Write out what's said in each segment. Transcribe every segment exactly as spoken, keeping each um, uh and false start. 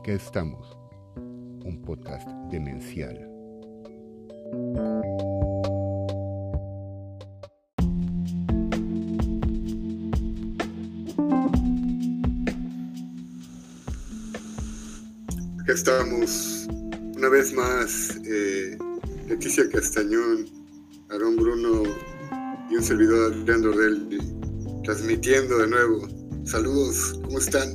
Acá estamos, un podcast demencial. Acá estamos, una vez más, eh, Leticia Castañón, Aarón Bruno y un servidor Adrián Dordelli, transmitiendo de nuevo. Saludos, ¿cómo están?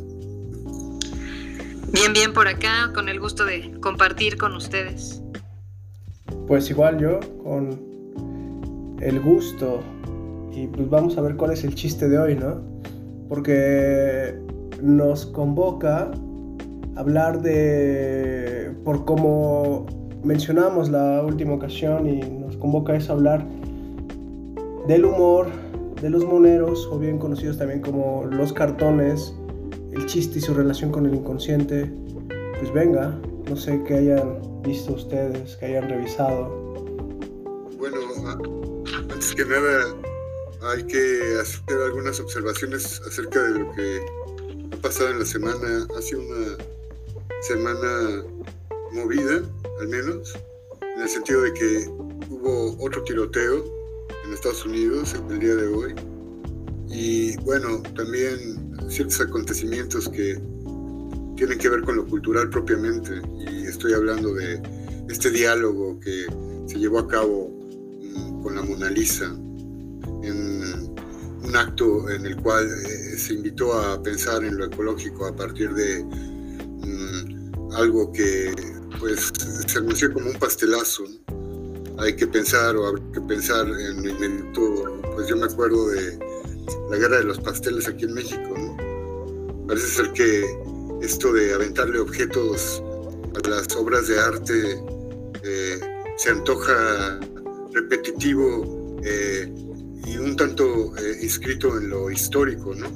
Bien, bien por acá, con el gusto de compartir con ustedes. Pues igual yo, con el gusto, y pues vamos a ver cuál es el chiste de hoy, ¿no? Porque nos convoca a hablar de, por como mencionamos la última ocasión, y nos convoca eso a hablar del humor, de los moneros, o bien conocidos también como los cartones, el chiste y su relación con el inconsciente. Pues venga, no sé qué hayan visto ustedes, que hayan revisado. Bueno, antes que nada hay que hacer algunas observaciones acerca de lo que ha pasado en la semana. Ha sido una semana movida, al menos, en el sentido de que hubo otro tiroteo en Estados Unidos el día de hoy. Y bueno, también ciertos acontecimientos que tienen que ver con lo cultural propiamente, y estoy hablando de este diálogo que se llevó a cabo mm, con la Mona Lisa, en un acto en el cual eh, se invitó a pensar en lo ecológico a partir de mm, algo que pues se anunció como un pastelazo, ¿no? Hay que pensar o habrá que pensar en el minuto, pues yo me acuerdo de la guerra de los pasteles aquí en México, ¿no? Parece ser que esto de aventarle objetos a las obras de arte eh, se antoja repetitivo eh, y un tanto eh, inscrito en lo histórico, ¿no?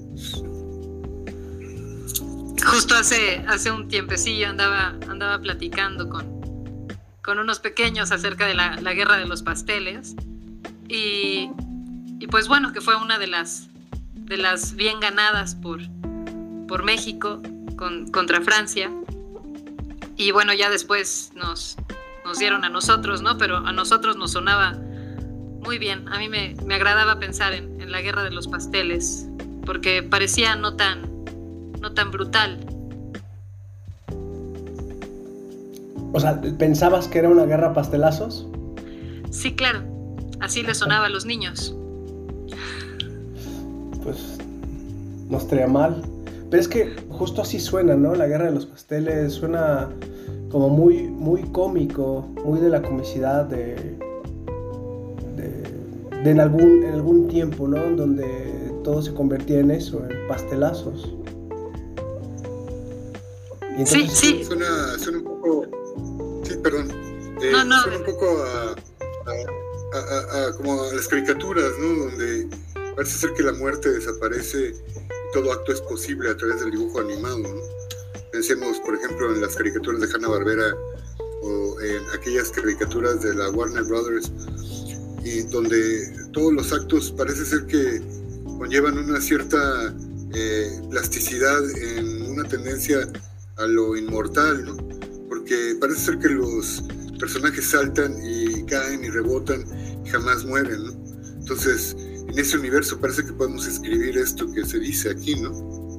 Justo hace, hace un tiempecillo andaba, andaba platicando con, con unos pequeños acerca de la, la guerra de los pasteles, y, y pues bueno, que fue una de las, de las bien ganadas por, por México con, contra Francia. Y bueno, ya después nos, nos dieron a nosotros, ¿no? Pero a nosotros nos sonaba muy bien. A mí me, me agradaba pensar en, en la guerra de los pasteles, porque parecía no tan, no tan brutal. O sea, ¿pensabas que era una guerra a pastelazos? Sí, claro. Así le sonaba a los niños. Pues no estaría mal. Pero es que justo así suena, ¿no? La guerra de los pasteles suena como muy, muy cómico, muy de la comicidad de, de, de en, algún, en algún tiempo, ¿no? Donde todo se convertía en eso, en pastelazos. Y entonces, sí, sí. Suena, suena un poco... Sí, perdón. Eh, no, no. Suena un poco a, a, a, a, como a las caricaturas, ¿no? Donde parece ser que la muerte desaparece y todo acto es posible a través del dibujo animado, ¿no? Pensemos, por ejemplo, en las caricaturas de Hanna-Barbera o en aquellas caricaturas de la Warner Brothers, y donde todos los actos parece ser que conllevan una cierta eh, plasticidad en una tendencia a lo inmortal, ¿no? Porque parece ser que los personajes saltan y caen y rebotan y jamás mueren, ¿no? Entonces, en ese universo parece que podemos escribir esto que se dice aquí, ¿no?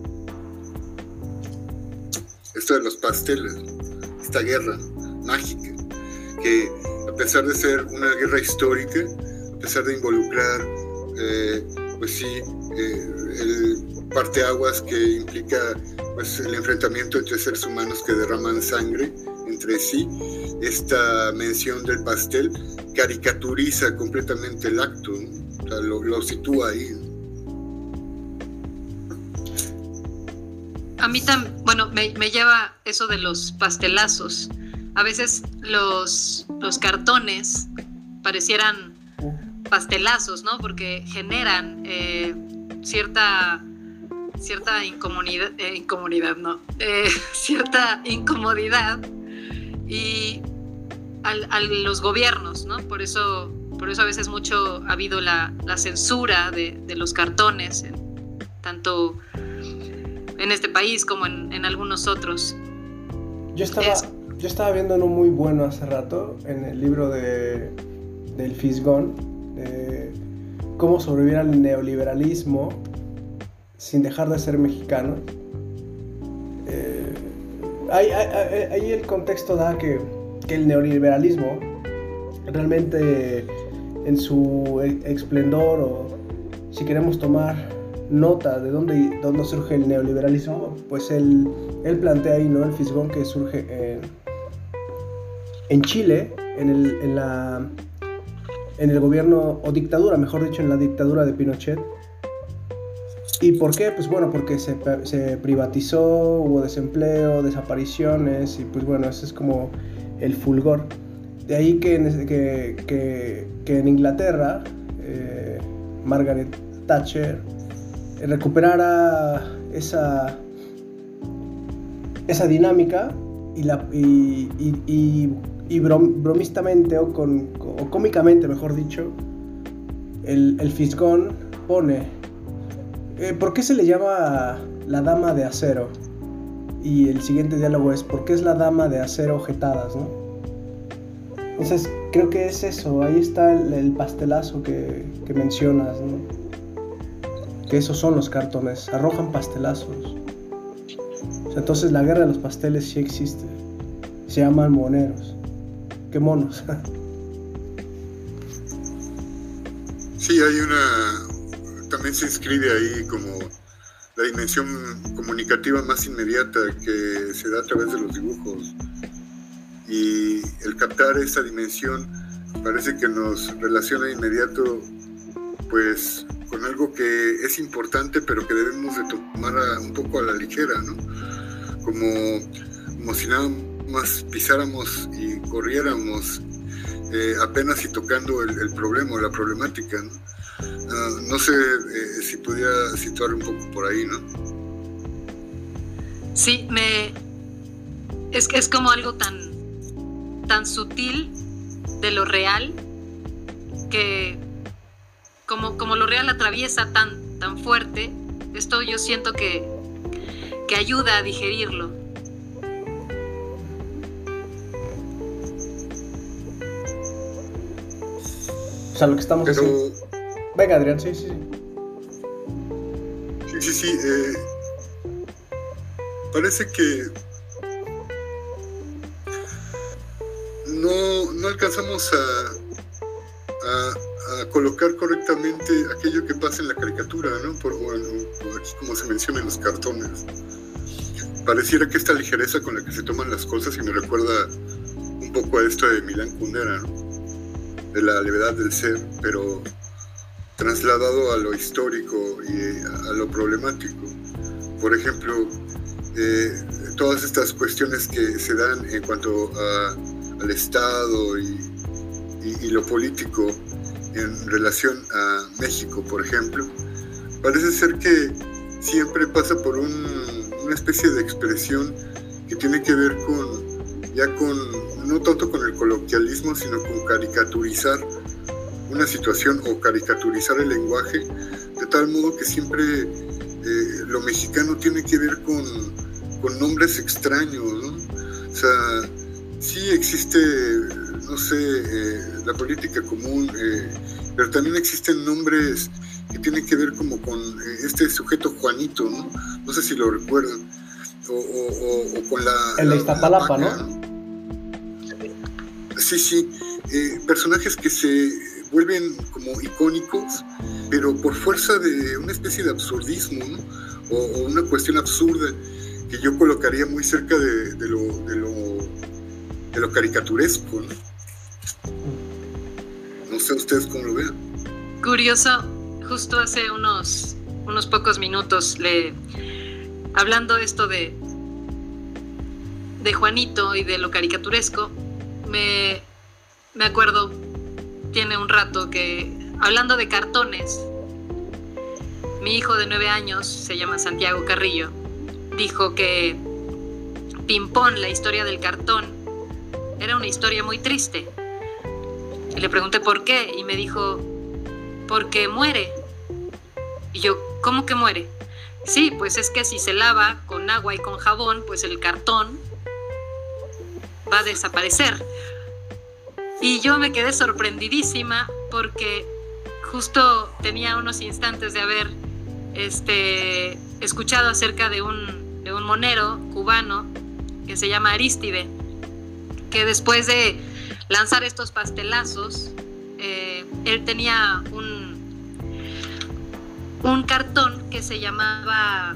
Esto de los pasteles, ¿no? Esta guerra, ¿no? Mágica, que a pesar de ser una guerra histórica, a pesar de involucrar, eh, pues sí, eh, el parteaguas que implica pues el enfrentamiento entre seres humanos que derraman sangre entre sí, esta mención del pastel caricaturiza completamente el acto, ¿no? O sea, lo, lo sitúa ahí, ¿no? A mí también, bueno, me, me lleva eso de los pastelazos. A veces los, los cartones parecieran pastelazos, ¿no? Porque generan eh, cierta... cierta incomodidad, eh, incomodidad no, eh, cierta incomodidad y a, a los gobiernos, ¿no? Por eso, por eso a veces mucho ha habido la, la censura de, de los cartones, en, tanto en este país como en, en algunos otros. yo estaba, es... yo estaba viendo uno muy bueno hace rato, en el libro de, del Fisgón, de cómo sobrevivir al neoliberalismo sin dejar de ser mexicano. Eh, ahí, ahí, ahí el contexto da que, que el neoliberalismo realmente en su esplendor, o si queremos tomar nota de dónde, dónde surge el neoliberalismo, pues él, él plantea ahí, ¿no? El Fisgón, que surge en, en Chile, en el, en, la, en el gobierno, o dictadura, mejor dicho, en la dictadura de Pinochet. ¿Y por qué? Pues bueno, porque se, se privatizó, hubo desempleo, desapariciones, y pues bueno, ese es como el fulgor. De ahí que, que, que, que en Inglaterra, eh, Margaret Thatcher recuperara esa, esa dinámica y, la, y, y, y, y brom, bromistamente o, con, o cómicamente, mejor dicho, el, el Fisgón pone, eh, ¿por qué se le llama la dama de acero? Y el siguiente diálogo es, ¿por qué es la dama de acero jetadas, no? Entonces creo que es eso, ahí está el, el pastelazo que, que mencionas, ¿no? Que esos son los cartones, arrojan pastelazos. O sea, entonces la guerra de los pasteles sí existe, se llaman moneros. ¿Qué monos? Sí, hay una, también se inscribe ahí como la dimensión comunicativa más inmediata que se da a través de los dibujos. Y el captar esa dimensión parece que nos relaciona de inmediato pues con algo que es importante pero que debemos de tomar a, un poco a la ligera, ¿no? Como, como si nada más pisáramos y corriéramos eh, apenas y tocando el, el problema o la problemática, ¿no? Uh, no sé eh, si pudiera situar un poco por ahí, ¿no? Sí, me... es que es como algo tan tan sutil de lo real, que como, como lo real atraviesa tan, tan fuerte, esto yo siento que, que ayuda a digerirlo. O sea, lo que estamos Pero... haciendo. Venga, Adrián, sí, sí, sí. Sí, sí, sí. Eh, parece que No, no alcanzamos a, a, a colocar correctamente aquello que pasa en la caricatura, ¿no? Por, bueno, aquí como se menciona en los cartones. Pareciera que esta ligereza con la que se toman las cosas, y me recuerda un poco a esto de Milán Kundera, ¿no? De la levedad del ser, pero trasladado a lo histórico y a lo problemático. Por ejemplo, eh, todas estas cuestiones que se dan en cuanto a al Estado y, y, y lo político en relación a México, por ejemplo, parece ser que siempre pasa por un, una especie de expresión que tiene que ver con, ya con, no tanto con el coloquialismo, sino con caricaturizar una situación o caricaturizar el lenguaje, de tal modo que siempre eh, lo mexicano tiene que ver con, con nombres extraños, ¿no? O sea, sí existe, no sé, eh, la política común, eh, pero también existen nombres que tienen que ver como con eh, este sujeto Juanito, ¿no? No sé si lo recuerdan. O, o, o, o con la... El de Iztapalapa, ¿no? ¿no? Sí, sí. Eh, personajes que se vuelven como icónicos, pero por fuerza de una especie de absurdismo, ¿no? O, o una cuestión absurda que yo colocaría muy cerca de, de lo... De lo de lo caricaturesco, ¿no? No sé ustedes cómo lo vean. Curioso, justo hace unos, unos pocos minutos, le, hablando esto de, de Juanito y de lo caricaturesco, me, me acuerdo, tiene un rato que, hablando de cartones, mi hijo de nueve años, se llama Santiago Carrillo, dijo que Pimpón, la historia del cartón, era una historia muy triste. Y le pregunté por qué, y me dijo, porque muere. Y yo, ¿cómo que muere? Sí, pues es que si se lava con agua y con jabón, pues el cartón va a desaparecer. Y yo me quedé sorprendidísima porque justo tenía unos instantes de haber este, escuchado acerca de un, de un monero cubano que se llama Arístide, que después de lanzar estos pastelazos, eh, él tenía un, un cartón que se llamaba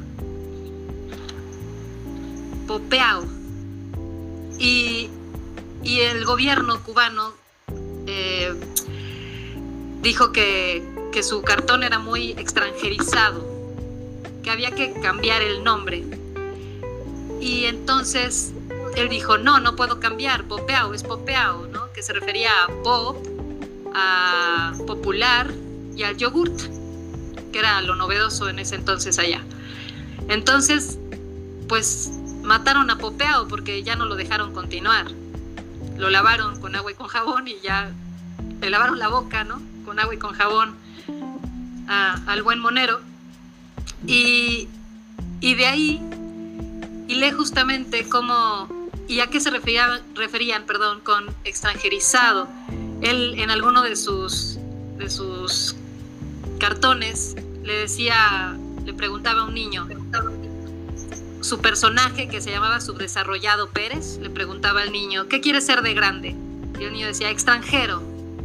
Popeao, y, y el gobierno cubano eh, dijo que, que su cartón era muy extranjerizado, que había que cambiar el nombre. Y entonces él dijo, no, no puedo cambiar, Popeao es Popeao, ¿no? Que se refería a pop, a popular y al yogurt, que era lo novedoso en ese entonces allá. Entonces, pues mataron a Popeao porque ya no lo dejaron continuar. Lo lavaron con agua y con jabón y ya le lavaron la boca, ¿no? Con agua y con jabón a, al buen monero. Y, y de ahí hilé justamente cómo y a qué se referían, referían perdón, con extranjerizado. Él en alguno de sus, de sus cartones le decía, le preguntaba a un niño, su personaje que se llamaba Subdesarrollado Pérez, le preguntaba al niño, ¿qué quieres ser de grande? Y el niño decía, extranjero.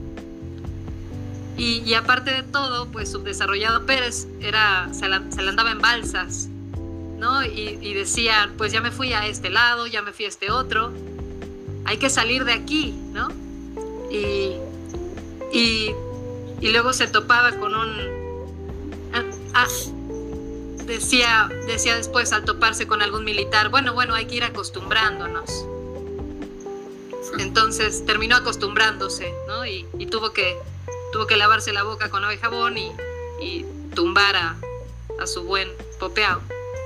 Y, y aparte de todo, pues Subdesarrollado Pérez era, se, la, se la andaba en balsas, ¿no? Y, y decía, pues ya me fui a este lado, ya me fui a este otro, hay que salir de aquí, ¿no? Y, y, y luego se topaba con un... Ah, ah, decía, decía después al toparse con algún militar, bueno, bueno, hay que ir acostumbrándonos. Entonces terminó acostumbrándose, ¿no? Y, y tuvo que tuvo que lavarse la boca con agua y jabón y, y tumbar a, a su buen Popeao.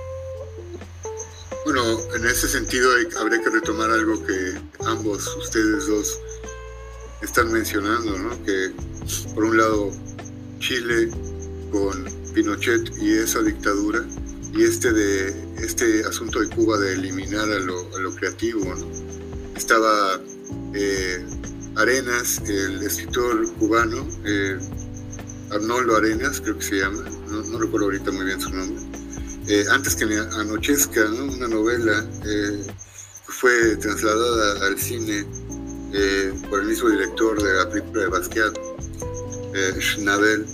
Bueno, en ese sentido hay, habría que retomar algo que ambos, ustedes dos, están mencionando, ¿no? Que por un lado Chile con Pinochet y esa dictadura, y este de este asunto de Cuba de eliminar a lo, a lo creativo, ¿no? Estaba eh, Arenas, el escritor cubano, eh, Arnoldo Arenas, creo que se llama, no, no recuerdo ahorita muy bien su nombre. Eh, antes que Anochezca, ¿no? Una novela eh, que fue trasladada al cine eh, por el mismo director de la película de Basquiat, eh, Schnabel,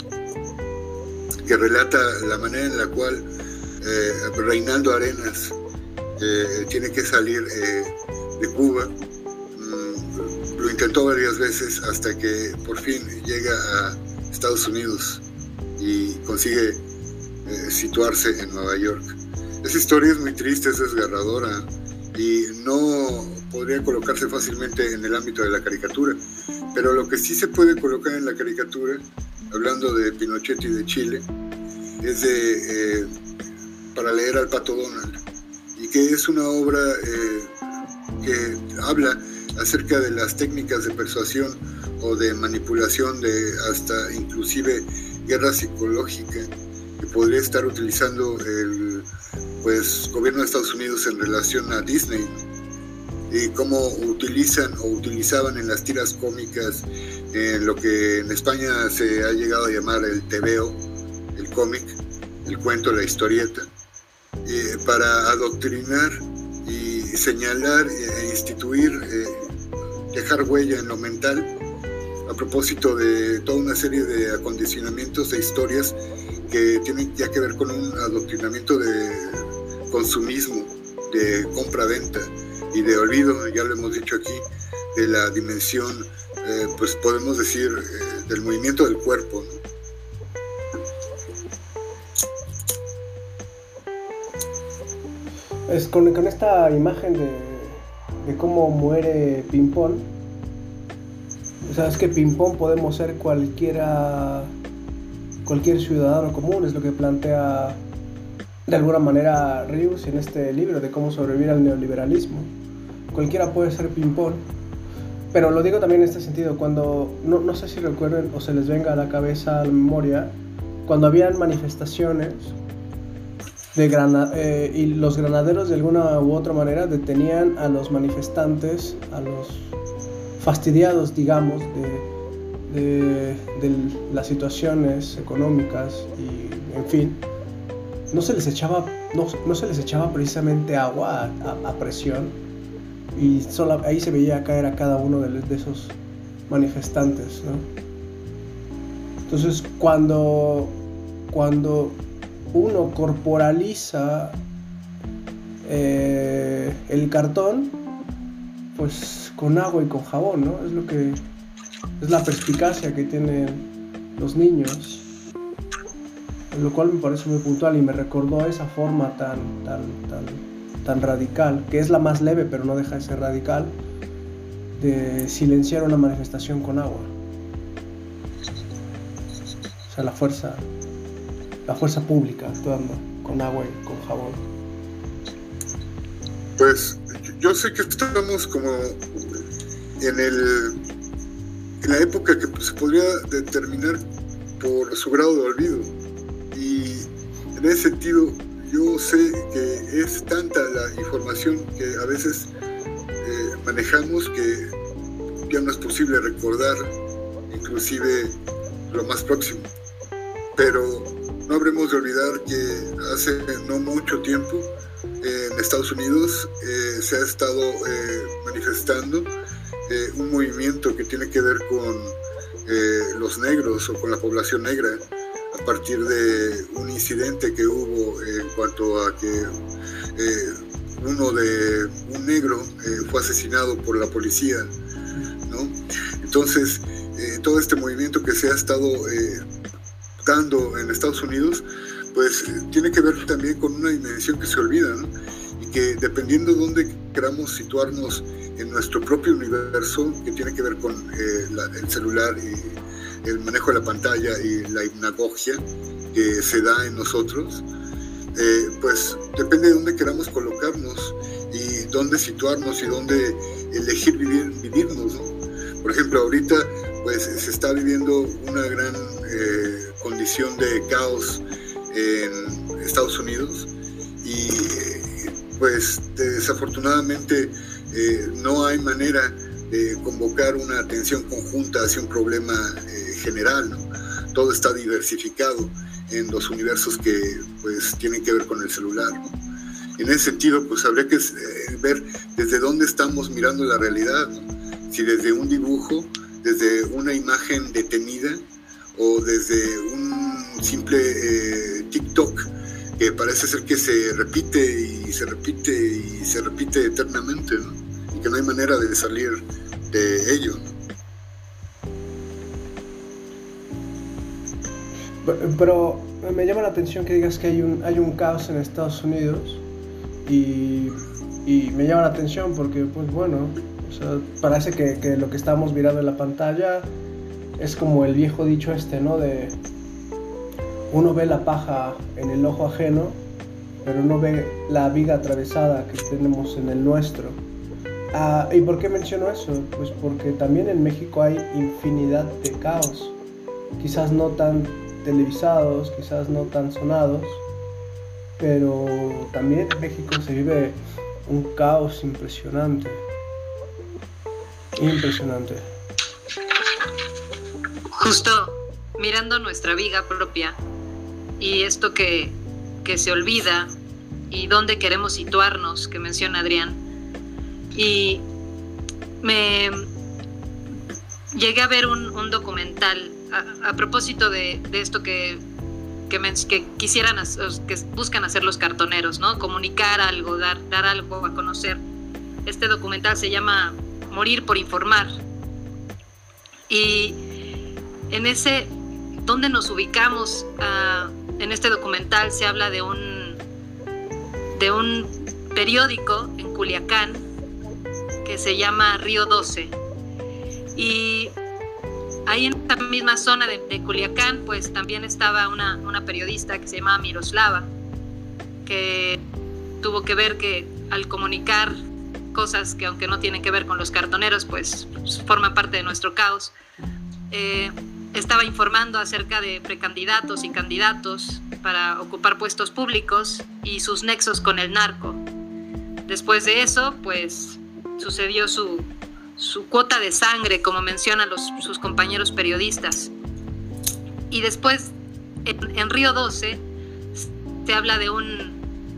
que relata la manera en la cual eh, Reinaldo Arenas eh, tiene que salir eh, de Cuba. Mm, lo intentó varias veces hasta que por fin llega a Estados Unidos y consigue eh, situarse en Nueva York. Esa historia es muy triste, es desgarradora y no podría colocarse fácilmente en el ámbito de la caricatura, pero lo que sí se puede colocar en la caricatura, hablando de Pinochet y de Chile, es de eh, Para leer al Pato Donald, y que es una obra eh, que habla acerca de las técnicas de persuasión o de manipulación, de hasta inclusive guerra psicológica que podría estar utilizando el pues gobierno de Estados Unidos en relación a Disney, y cómo utilizan o utilizaban en las tiras cómicas en lo que en España se ha llegado a llamar el tebeo, el cómic, el cuento, la historieta, eh, para adoctrinar y señalar e instituir, eh, dejar huella en lo mental a propósito de toda una serie de acondicionamientos e historias que tienen ya que ver con un adoctrinamiento de consumismo, de compra-venta y de olvido, ya lo hemos dicho aquí, de la dimensión, eh, pues podemos decir, eh, del movimiento del cuerpo, ¿no? Es con, con esta imagen de, de cómo muere Pimpón. O sea, es que Pimpón podemos ser cualquiera, cualquier ciudadano común, es lo que plantea de alguna manera Rius en este libro de cómo sobrevivir al neoliberalismo. Cualquiera puede ser Pimpón, pero lo digo también en este sentido, cuando, no, no sé si recuerden o se les venga a la cabeza, a la memoria, cuando habían manifestaciones de grana, eh, y los granaderos de alguna u otra manera detenían a los manifestantes, a los fastidiados, digamos, de, de, de las situaciones económicas y, en fin, no se les echaba, no, no se les echaba precisamente agua a, a, a presión, y solo ahí se veía caer a cada uno de, de esos manifestantes, ¿no? Entonces, cuando, cuando uno corporaliza eh, el cartón, pues con agua y con jabón, ¿no? Es lo que es la perspicacia que tienen los niños, lo cual me parece muy puntual y me recordó esa forma tan, tan, tan, tan radical, que es la más leve pero no deja de ser radical, de silenciar una manifestación con agua. O sea, la fuerza, la fuerza pública actuando con agua y con jabón. Pues yo sé que estamos como en el en la época que se podría determinar por su grado de olvido, y en ese sentido yo sé que es tanta la información que a veces eh, manejamos que ya no es posible recordar inclusive lo más próximo, pero no habremos de olvidar que hace no mucho tiempo en Estados Unidos eh, se ha estado eh, manifestando eh, un movimiento que tiene que ver con eh, los negros o con la población negra, a partir de un incidente que hubo en cuanto a que eh, uno de un negro eh, fue asesinado por la policía, ¿no? Entonces eh, todo este movimiento que se ha estado eh, dando en Estados Unidos, pues tiene que ver también con una dimensión que se olvida, ¿no? Y que dependiendo de dónde queramos situarnos en nuestro propio universo, que tiene que ver con eh, la, el celular y el manejo de la pantalla y la hipnagogia que se da en nosotros, eh, pues depende de dónde queramos colocarnos y dónde situarnos y dónde elegir vivir, vivirnos, ¿no? Por ejemplo, ahorita pues se está viviendo una gran eh, condición de caos en Estados Unidos y pues desafortunadamente eh, no hay manera de convocar una atención conjunta hacia un problema eh, general, ¿no? Todo está diversificado en los universos que pues tienen que ver con el celular, ¿no? En ese sentido pues habría que eh, ver desde dónde estamos mirando la realidad, ¿no? Si desde un dibujo, desde una imagen detenida o desde un simple eh, TikTok que parece ser que se repite y se repite y se repite eternamente, ¿no? Y que no hay manera de salir de ello, ¿no? Pero me llama la atención que digas que hay un, hay un caos en Estados Unidos y, y me llama la atención porque, pues bueno, o sea, parece que, que lo que estamos mirando en la pantalla es como el viejo dicho este, ¿no? De uno ve la paja en el ojo ajeno, pero no ve la viga atravesada que tenemos en el nuestro. Ah, ¿y por qué menciono eso? Pues porque también en México hay infinidad de caos, quizás no tan televisados, quizás no tan sonados, pero también en México se vive un caos impresionante, impresionante. Justo mirando nuestra viga propia y esto que, que se olvida y dónde queremos situarnos, que menciona Adrián, y me llegué a ver un, un documental a, a propósito de, de esto que, que, me, que quisieran, que buscan hacer los cartoneros, ¿no? Comunicar algo, dar, dar algo a conocer. Este documental se llama Morir por informar, y en ese, donde nos ubicamos, uh, en este documental se habla de un, de un periódico en Culiacán que se llama Río doce, y ahí en esta misma zona de, de Culiacán pues también estaba una, una periodista que se llamaba Miroslava, que tuvo que ver que al comunicar cosas que aunque no tienen que ver con los cartoneros pues forman parte de nuestro caos, eh, estaba informando acerca de precandidatos y candidatos para ocupar puestos públicos y sus nexos con el narco. Después de eso, pues sucedió su, su cuota de sangre, como mencionan los, sus compañeros periodistas. Y después, en, en Río doce, se habla de un,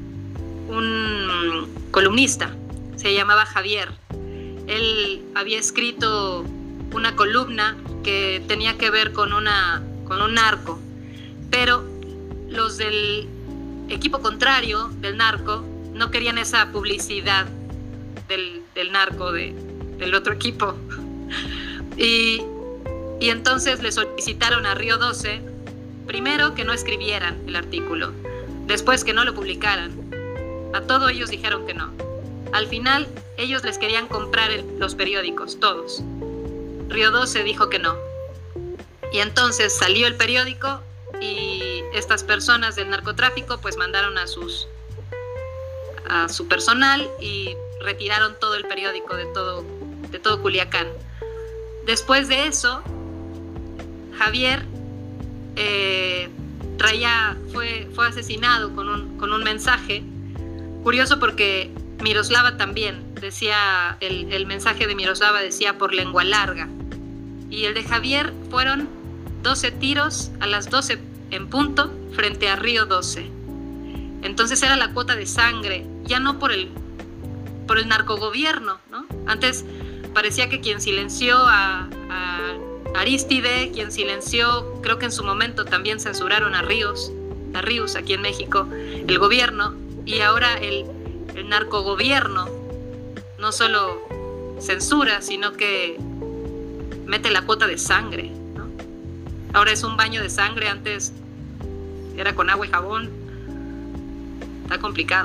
un columnista, se llamaba Javier. Él había escrito una columna que tenía que ver con, una, con un narco, pero los del equipo contrario del narco no querían esa publicidad del, del narco de, del otro equipo. Y, y entonces le solicitaron a Río doce, primero que no escribieran el artículo, después que no lo publicaran. A todos ellos dijeron que no. Al final, ellos les querían comprar el, los periódicos, todos. Río doce dijo que no. Y entonces salió el periódico y estas personas del narcotráfico pues mandaron a sus a su personal y retiraron todo el periódico de todo, de todo Culiacán. Después de eso, Javier eh, traía, fue, fue asesinado con un, con un mensaje. Curioso porque Miroslava también decía, el, el mensaje de Miroslava decía por lengua larga. Y el de Javier fueron doce tiros a las doce en punto frente a Río doce. Entonces era la cuota de sangre, ya no por el, por el narcogobierno, ¿no? Antes parecía que quien silenció a, a Arístide, quien silenció, creo que en su momento también censuraron a Ríos, a Ríos aquí en México, el gobierno, y ahora el, el narcogobierno no solo censura, sino que mete la cuota de sangre, ¿no? Ahora es un baño de sangre, antes era con agua y jabón. Está complicado.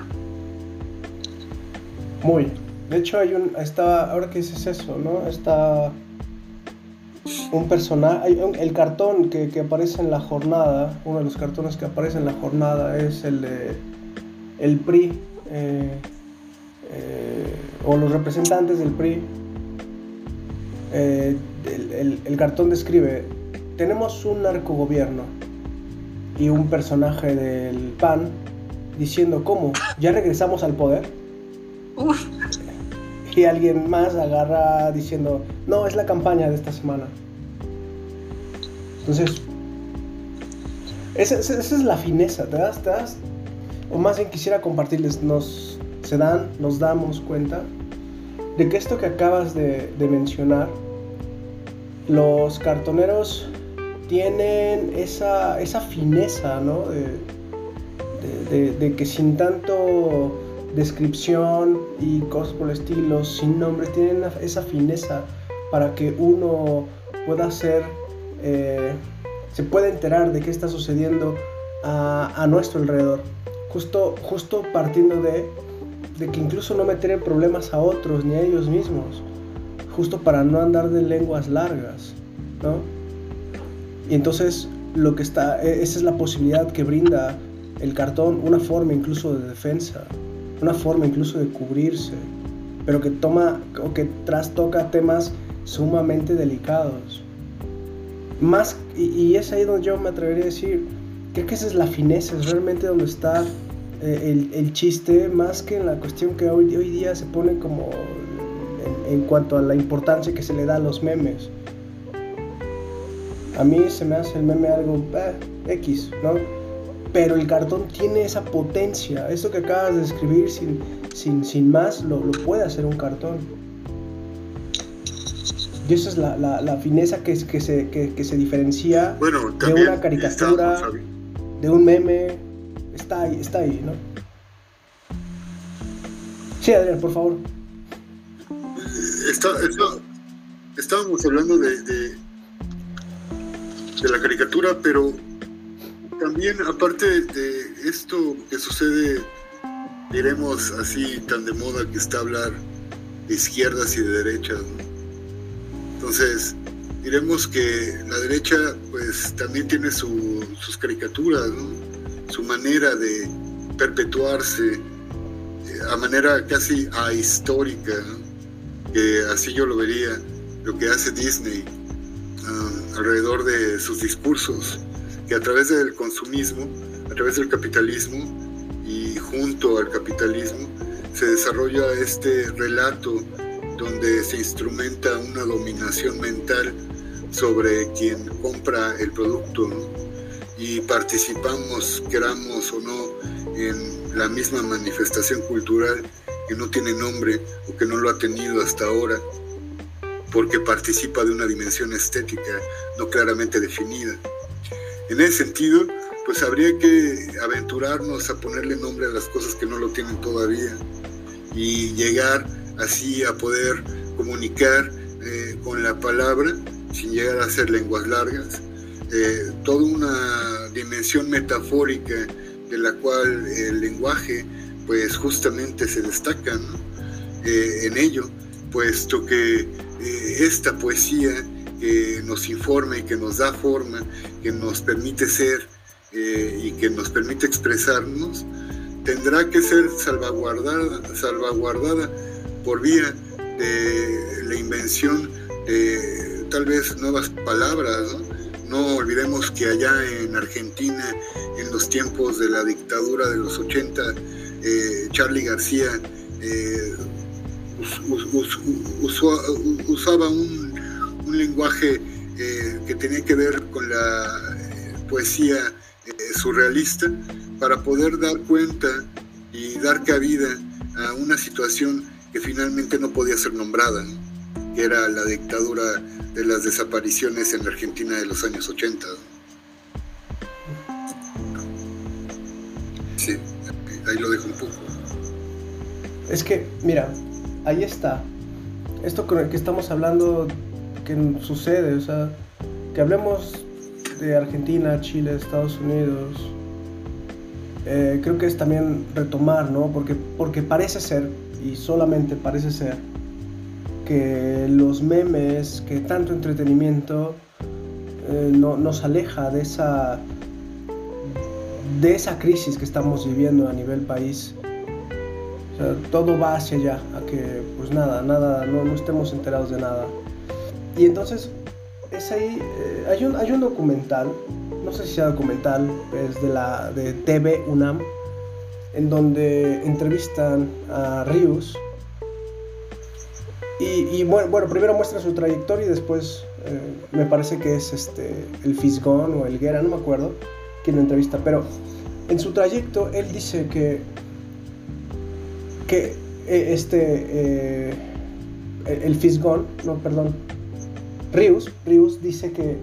Muy. De hecho hay un, está, ahora que dices eso, ¿no? Está un personaje, el cartón que, que aparece en la jornada, uno de los cartones que aparece en la jornada es el de el P R I, eh, eh, o los representantes del P R I. Eh, el, el, el cartón describe: tenemos un narcogobierno, y un personaje del P A N diciendo: ¿cómo? ¿Ya regresamos al poder? Uf. Y alguien más agarra diciendo: no, es la campaña de esta semana. Entonces, esa, esa, esa es la fineza, ¿te das? ¿Te das? O más bien quisiera compartirles, nos, se dan, nos damos cuenta de que esto que acabas de, de mencionar, los cartoneros tienen esa, esa fineza, ¿no? De, de, de, de que sin tanto descripción y cosas por el estilo, sin nombres, tienen esa fineza para que uno pueda ser, eh, se pueda enterar de qué está sucediendo a, a nuestro alrededor. Justo, justo partiendo de, de que incluso no meter en problemas a otros ni a ellos mismos, justo para no andar de lenguas largas, ¿no? Y entonces lo que está, esa es la posibilidad que brinda el cartón, una forma incluso de defensa, una forma incluso de cubrirse, pero que toma o que trastoca temas sumamente delicados. Más, y, y es ahí donde yo me atrevería a decir, creo que esa es la fineza, es realmente donde está eh, el, el chiste, más que en la cuestión que hoy, hoy día se pone como en, en cuanto a la importancia que se le da a los memes. A mí se me hace el meme algo eh, X, ¿no? Pero el cartón tiene esa potencia. Eso que acabas de escribir sin, sin, sin más lo, lo puede hacer un cartón. Y esa es la, la, la fineza que, que, se, que, que se diferencia bueno, de una caricatura, de un meme. Está ahí, está ahí, ¿no? Sí, Adrián, por favor. Está, está, estábamos hablando de, de, de la caricatura, pero también, aparte de esto que sucede, diremos así, tan de moda que está hablar de izquierdas y de derechas, ¿no? Entonces, diremos que la derecha, pues, también tiene su, sus caricaturas, ¿no? Su manera de perpetuarse, eh, a manera casi ahistórica, ¿no? Que así yo lo vería, lo que hace Disney uh, alrededor de sus discursos, que a través del consumismo, a través del capitalismo y junto al capitalismo se desarrolla este relato donde se instrumenta una dominación mental sobre quien compra el producto, ¿no? Y participamos, queramos o no, en la misma manifestación cultural que no tiene nombre o que no lo ha tenido hasta ahora, porque participa de una dimensión estética no claramente definida. En ese sentido, pues habría que aventurarnos a ponerle nombre a las cosas que no lo tienen todavía y llegar así a poder comunicar eh, con la palabra, sin llegar a hacer lenguas largas, eh, toda una dimensión metafórica de la cual el lenguaje pues justamente se destaca, ¿no? eh, en ello, puesto que eh, esta poesía que nos informa y que nos da forma, que nos permite ser eh, y que nos permite expresarnos, tendrá que ser salvaguardada, salvaguardada por vía de la invención de tal vez nuevas palabras, ¿no? No olvidemos que allá en Argentina, en los tiempos de la dictadura de los ochenta, eh, Charly García eh, us, us, us, usó, usaba un, un lenguaje eh, que tenía que ver con la eh, poesía eh, surrealista para poder dar cuenta y dar cabida a una situación que finalmente no podía ser nombrada, ¿no? Que era la dictadura de las desapariciones en la Argentina de los años ochenta. Sí, ahí lo dejo un poco. Es que, mira, ahí está. Esto con el que estamos hablando, que sucede, o sea, que hablemos de Argentina, Chile, Estados Unidos, eh, creo que es también retomar, ¿no? Porque, porque parece ser, y solamente parece ser, que los memes, que tanto entretenimiento eh, no, nos aleja de esa, de esa crisis que estamos viviendo a nivel país. O sea, todo va hacia allá, a que pues nada, nada, no, no estemos enterados de nada. Y entonces, es ahí, eh, hay, un, hay un documental, no sé si sea documental, es de, la, de T V UNAM, en donde entrevistan a Rius. Y, y bueno, bueno, primero muestran su trayectoria y después eh, me parece que es este, el Fisgón o el Guerra, no me acuerdo quién lo entrevista, pero en su trayecto él dice que, que eh, este, eh, el Fisgón, no, perdón, Rius, Rius dice que,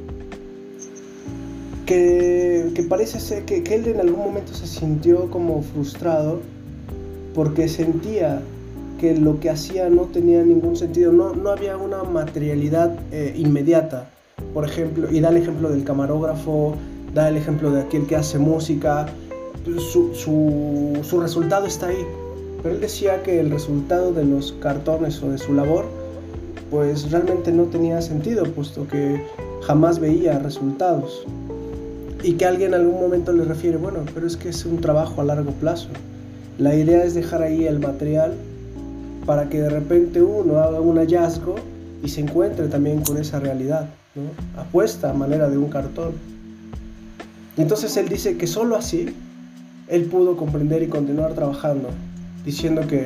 que, que parece ser que, que él en algún momento se sintió como frustrado porque sentía que lo que hacía no tenía ningún sentido, no, no había una materialidad eh, inmediata, por ejemplo, y da el ejemplo del camarógrafo, da el ejemplo de aquel que hace música, su, su, su resultado está ahí, pero él decía que el resultado de los cartones o de su labor, pues realmente no tenía sentido, puesto que jamás veía resultados, y que alguien en algún momento le refiere, bueno, pero es que es un trabajo a largo plazo, la idea es dejar ahí el material para que de repente uno haga un hallazgo y se encuentre también con esa realidad, ¿no? Apuesta a manera de un cartón. Y entonces él dice que solo así él pudo comprender y continuar trabajando, diciendo que,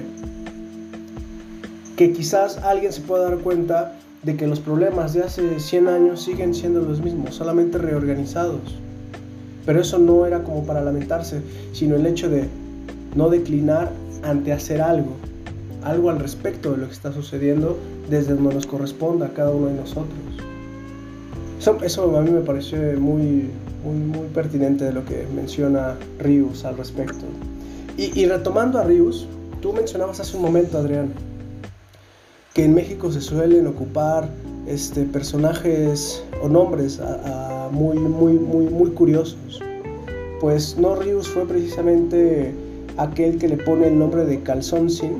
que quizás alguien se pueda dar cuenta de que los problemas de hace cien años siguen siendo los mismos, solamente reorganizados. Pero eso no era como para lamentarse, sino el hecho de no declinar ante hacer algo. algo al respecto de lo que está sucediendo desde donde nos corresponda a cada uno de nosotros. Eso, eso a mí me pareció muy, muy, muy pertinente de lo que menciona Rius al respecto. Y, y retomando a Rius, tú mencionabas hace un momento, Adrián, que en México se suelen ocupar este, personajes o nombres a, a muy, muy, muy, muy curiosos. Pues no, Rius fue precisamente aquel que le pone el nombre de Calzoncin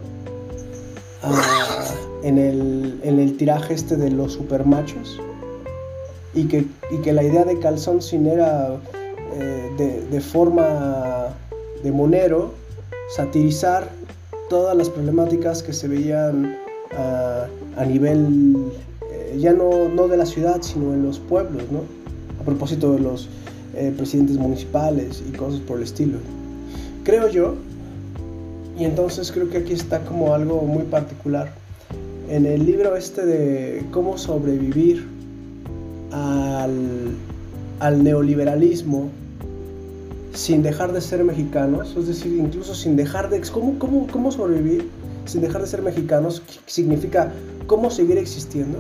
Uh, en, el, en el tiraje este de los supermachos, y que, y que la idea de Calzoncin era eh, de, de forma de monero satirizar todas las problemáticas que se veían uh, a nivel eh, ya no, no de la ciudad, sino en los pueblos, ¿no? A propósito de los eh, presidentes municipales y cosas por el estilo. Creo yo, y entonces creo que aquí está como algo muy particular. En el libro este de cómo sobrevivir al, al neoliberalismo sin dejar de ser mexicanos, es decir, incluso sin dejar de... ¿Cómo, cómo, cómo sobrevivir sin dejar de ser mexicanos? Significa cómo seguir existiendo.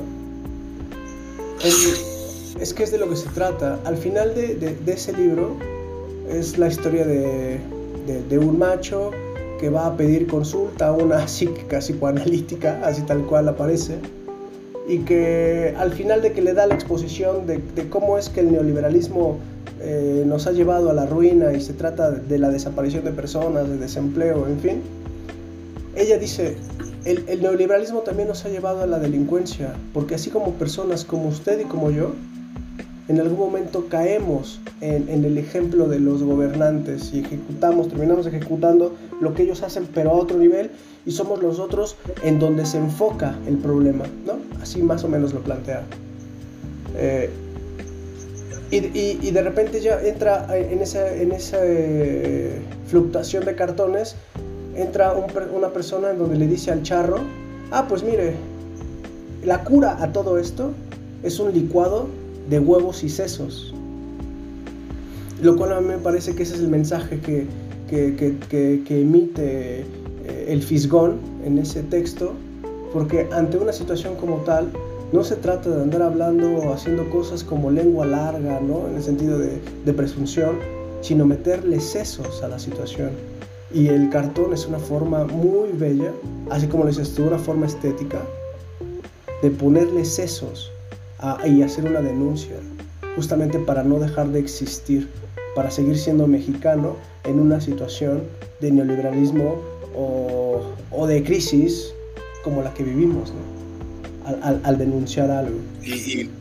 Es, es que es de lo que se trata. Al final de, de, de ese libro es la historia de, de, de un macho que va a pedir consulta a una psíquica psicoanalítica, así tal cual aparece, y que al final de que le da la exposición de, de cómo es que el neoliberalismo eh, nos ha llevado a la ruina y se trata de la desaparición de personas, de desempleo, en fin, ella dice, el, el neoliberalismo también nos ha llevado a la delincuencia, porque así como personas como usted y como yo, en algún momento caemos en, en el ejemplo de los gobernantes y ejecutamos, terminamos ejecutando lo que ellos hacen, pero a otro nivel, y somos los otros en donde se enfoca el problema, ¿no? Así más o menos lo plantea. Eh, y, y, y de repente ya entra en esa, en esa eh, fluctuación de cartones, entra un, una persona en donde le dice al charro, ah, pues mire, la cura a todo esto es un licuado de huevos y sesos, lo cual a mí me parece que ese es el mensaje que, que, que, que, que emite eh, el fisgón en ese texto, porque ante una situación como tal no se trata de andar hablando o haciendo cosas como lengua larga, ¿no? En el sentido de, de presunción, sino meterle sesos a la situación, y el cartón es una forma muy bella, así como le dices tú, una forma estética de ponerle sesos A, y hacer una denuncia, justamente para no dejar de existir, para seguir siendo mexicano en una situación de neoliberalismo o, o de crisis como la que vivimos, ¿no? al, al, al denunciar algo. Y, y,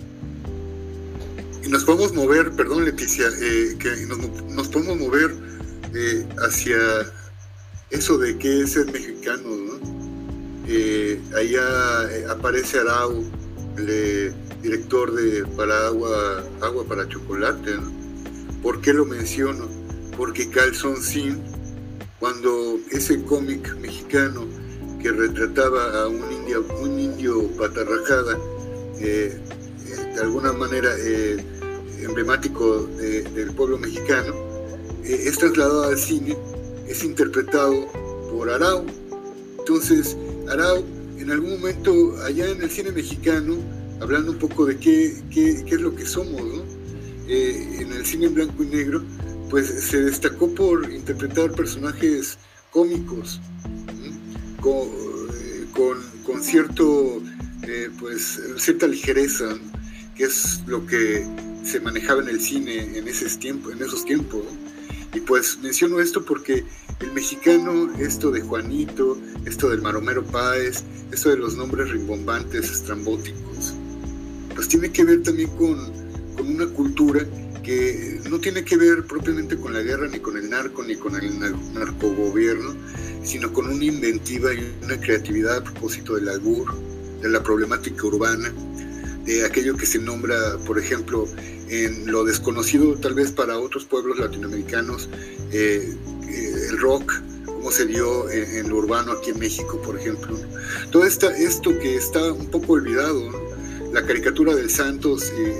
y nos podemos mover, perdón Leticia, eh, que nos, nos podemos mover eh, hacia eso de qué es ser mexicano, ¿no? Eh, allá eh, aparece Arau, el director de para agua, agua para chocolate, ¿no? ¿Por qué lo menciono? Porque Calzoncín, cuando ese cómic mexicano que retrataba a un indio, un indio patarrajada, eh, eh, de alguna manera eh, emblemático de, del pueblo mexicano, eh, es trasladado al cine, es interpretado por Arau. Entonces, Arau, en algún momento, allá en el cine mexicano, hablando un poco de qué, qué, qué es lo que somos, ¿no? Eh, en el cine en blanco y negro, pues se destacó por interpretar personajes cómicos, ¿no? con, eh, con, con cierto, eh, pues, cierta ligereza, ¿no? Que es lo que se manejaba en el cine en, ese tiempo, en esos tiempos, ¿no? Y pues menciono esto porque el mexicano, esto de Juanito, esto del Maromero Páez, esto de los nombres rimbombantes, estrambóticos, pues tiene que ver también con, con una cultura que no tiene que ver propiamente con la guerra, ni con el narco, ni con el narcogobierno, sino con una inventiva y una creatividad a propósito del albur, de la problemática urbana, de aquello que se nombra, por ejemplo, en lo desconocido tal vez para otros pueblos latinoamericanos, eh, eh, el rock, cómo se dio en, en lo urbano aquí en México, por ejemplo, ¿no? Todo esta, esto que está un poco olvidado, ¿no? La caricatura del Santos, eh,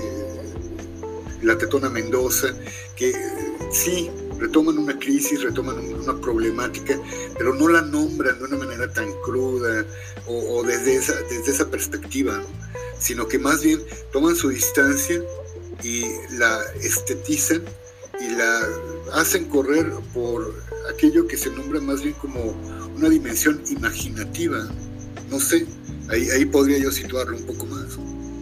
la Tetona Mendoza, que eh, sí, retoman una crisis, retoman una problemática, pero no la nombran de una manera tan cruda o, o desde, esa, desde esa perspectiva, ¿no? Sino que más bien toman su distancia y la estetizan y la hacen correr por aquello que se nombra más bien como una dimensión imaginativa. No sé, ahí, ahí podría yo situarlo un poco más.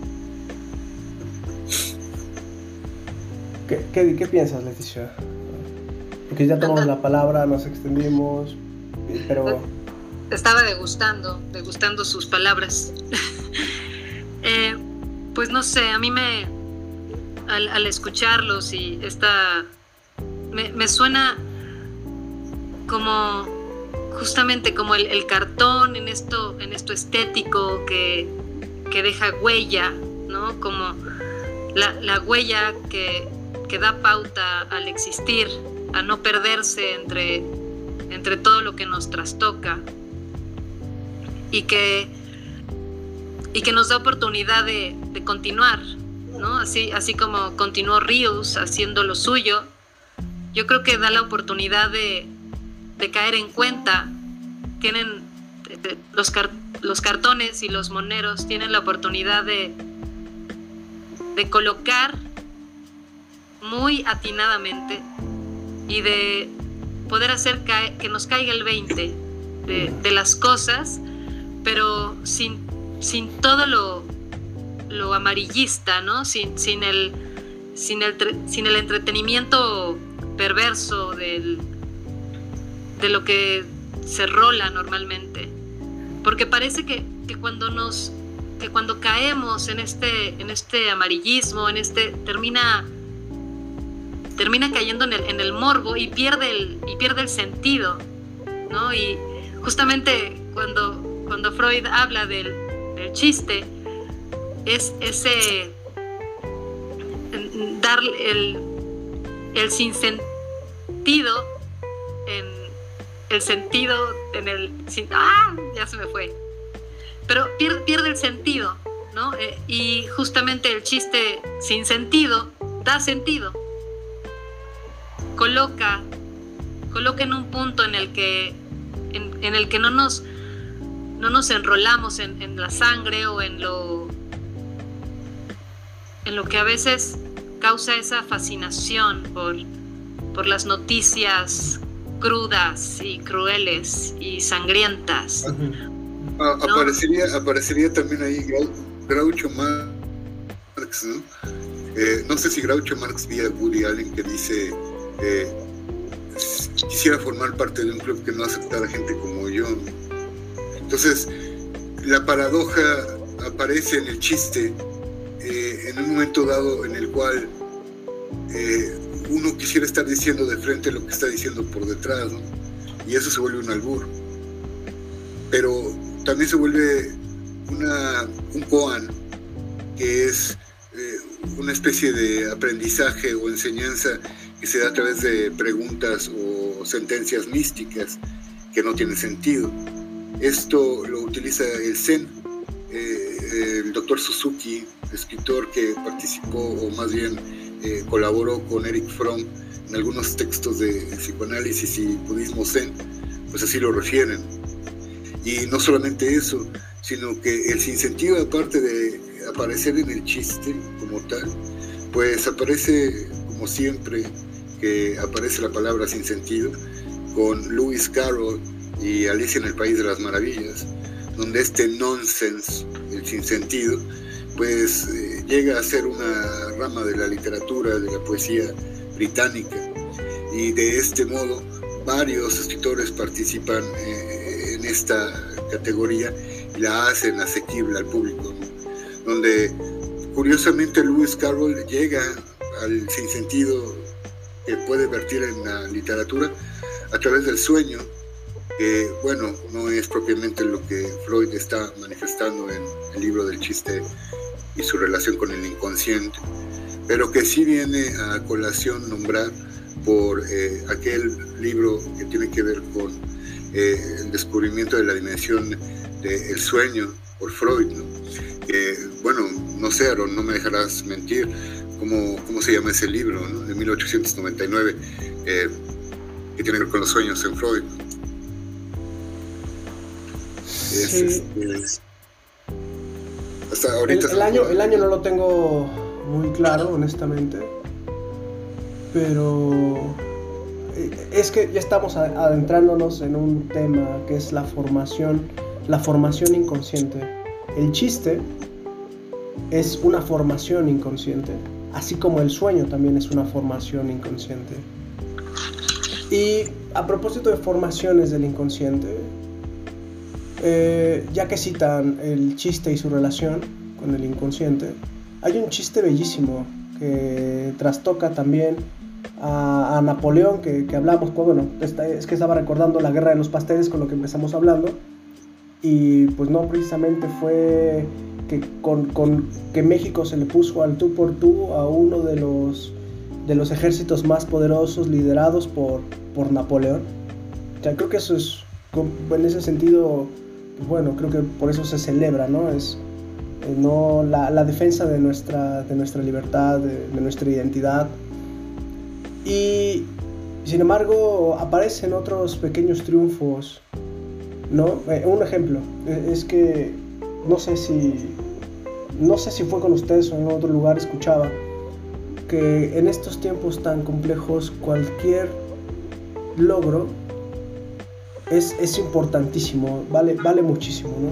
¿Qué, qué, qué piensas, Leticia? Porque ya tomamos la palabra, nos extendimos, pero... Estaba degustando, degustando sus palabras. eh, pues no sé, a mí me... Al, al escucharlos y esta... Me, me suena como... Justamente como el, el cartón en esto, en esto estético que, que deja huella, ¿no? Como la, la huella que, que da pauta al existir, a no perderse entre, entre todo lo que nos trastoca, y que, y que nos da oportunidad de, de continuar, ¿no? Así, así como continuó Rius haciendo lo suyo, yo creo que da la oportunidad de, de caer en cuenta. Tienen los, car, los cartones y los moneros tienen la oportunidad de, de colocar muy atinadamente y de poder hacer cae, que nos caiga el veinte de, de las cosas, pero sin, sin todo lo, lo amarillista, ¿no? Sin, sin, el, sin, el, sin el entretenimiento perverso del, de lo que se rola normalmente. Porque parece que, que cuando nos que cuando caemos en este, en este amarillismo, en este termina termina cayendo en el, en el morbo y pierde el, y pierde el sentido, ¿no? Y justamente cuando, cuando Freud habla del, del chiste, es ese dar el, el sinsentido en el sentido en el sin, ¡ah! Ya se me fue. Pero pierde, pierde el sentido, ¿no? Eh, y justamente el chiste sin sentido da sentido. Coloca, coloca en un punto en el que, en, en el que no nos, no nos enrolamos en, en la sangre o en lo, en lo que a veces causa esa fascinación por, por las noticias crudas y crueles y sangrientas. Ah, ¿no? Aparecería, aparecería también ahí Groucho Marx, ¿no? Eh, no sé si Groucho Marx vía Woody Allen que dice eh, quisiera formar parte de un club que no aceptara gente como yo. Entonces la paradoja aparece en el chiste eh, en un momento dado en el cual eh, uno quisiera estar diciendo de frente lo que está diciendo por detrás, ¿no? Y eso se vuelve un albur, pero también se vuelve una, un koan, que es eh, una especie de aprendizaje o enseñanza que se da a través de preguntas o sentencias místicas que no tienen sentido. Esto lo utiliza el Zen, eh, el doctor Suzuki, escritor que participó o más bien eh, colaboró con Eric Fromm en algunos textos de psicoanálisis y budismo Zen, pues así lo refieren. Y no solamente eso, sino que el sinsentido, aparte de aparecer en el chiste como tal, pues aparece como siempre que aparece la palabra sinsentido con Lewis Carroll y Alicia en el País de las Maravillas, donde este nonsense, el sinsentido, pues eh, llega a ser una rama de la literatura, de la poesía británica, y de este modo varios escritores participan eh, en esta categoría y la hacen asequible al público, ¿no? Donde curiosamente Lewis Carroll llega al sinsentido que puede vertir en la literatura a través del sueño, que bueno, no es propiamente lo que Freud está manifestando en el libro del chiste y su relación con el inconsciente, pero que sí viene a colación nombrar por eh, aquel libro que tiene que ver con eh, el descubrimiento de la dimensión del sueño por Freud, ¿no? Que, bueno, no sé, Aaron, no me dejarás mentir, ¿cómo, cómo se llama ese libro, ¿no? De mil ochocientos noventa y nueve, eh, que tiene que ver con los sueños en Freud, ¿no? Sí. Es, este, es, hasta ahorita el, el, año, el año no lo tengo muy claro, honestamente, pero es que ya estamos adentrándonos en un tema que es la formación, la formación inconsciente. El chiste es una formación inconsciente, así como el sueño también es una formación inconsciente. Y a propósito de formaciones del inconsciente, eh, ya que citan el chiste y su relación con el inconsciente, hay un chiste bellísimo que trastoca también a, a Napoleón, que, que hablamos, pues bueno, es que estaba recordando la guerra de los pasteles con lo que empezamos hablando, y pues no precisamente fue que con, con que México se le puso al tú por tú a uno de los, de los ejércitos más poderosos liderados por, por Napoleón. O sea, creo que eso es, en ese sentido, pues bueno, creo que por eso se celebra, ¿no? Es eh, no la, la defensa de nuestra, de nuestra libertad, de, de nuestra identidad. Y sin embargo aparecen otros pequeños triunfos, ¿no? Eh, un ejemplo es que no sé si no sé si fue con ustedes o en otro lugar, escuchaba que en estos tiempos tan complejos cualquier logro es, es importantísimo, vale, vale muchísimo, ¿no?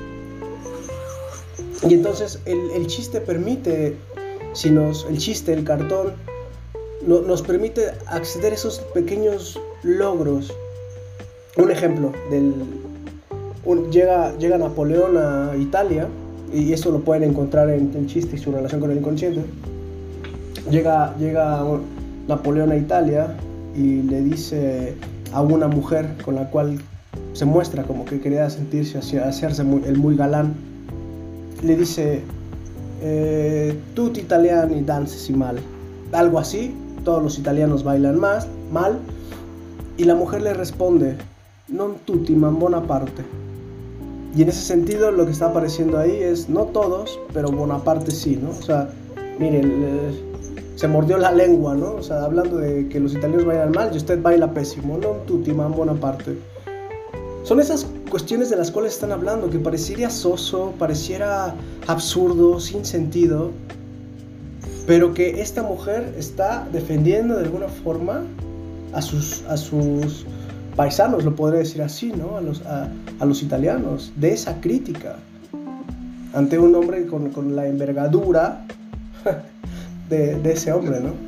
Y entonces el, el chiste permite, si nos, el chiste, el cartón no, nos permite acceder a esos pequeños logros. Un ejemplo del un, llega, llega Napoleón a Italia, y eso lo pueden encontrar en el chiste y su relación con el inconsciente. Llega, llega Napoleón a Italia y le dice a una mujer con la cual se muestra como que quería sentirse, hacerse muy, el muy galán, le dice eh, tutti italiani danzasi mal, algo así, todos los italianos bailan más, mal, y la mujer le responde non tutti ma Bonaparte. Y en ese sentido lo que está apareciendo ahí es no todos, pero Bonaparte sí, ¿no? O sea, miren, eh, se mordió la lengua, ¿no? O sea, hablando de que los italianos bailan mal y usted baila pésimo, non tutti ma Bonaparte. Son esas cuestiones de las cuales están hablando, que pareciera soso, pareciera absurdo, sin sentido, pero que esta mujer está defendiendo de alguna forma a sus, a sus paisanos, lo podría decir así, ¿no? A los, a, a los italianos, de esa crítica ante un hombre con, con la envergadura de, de ese hombre, ¿no?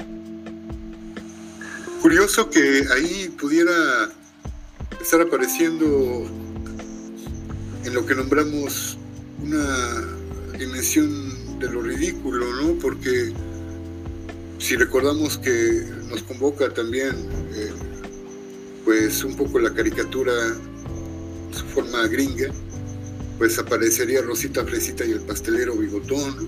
Curioso que ahí pudiera estar apareciendo en lo que nombramos una dimensión de lo ridículo, ¿no? Porque si recordamos que nos convoca también eh, pues un poco la caricatura, su forma gringa, pues aparecería Rosita Fresita y el pastelero Bigotón,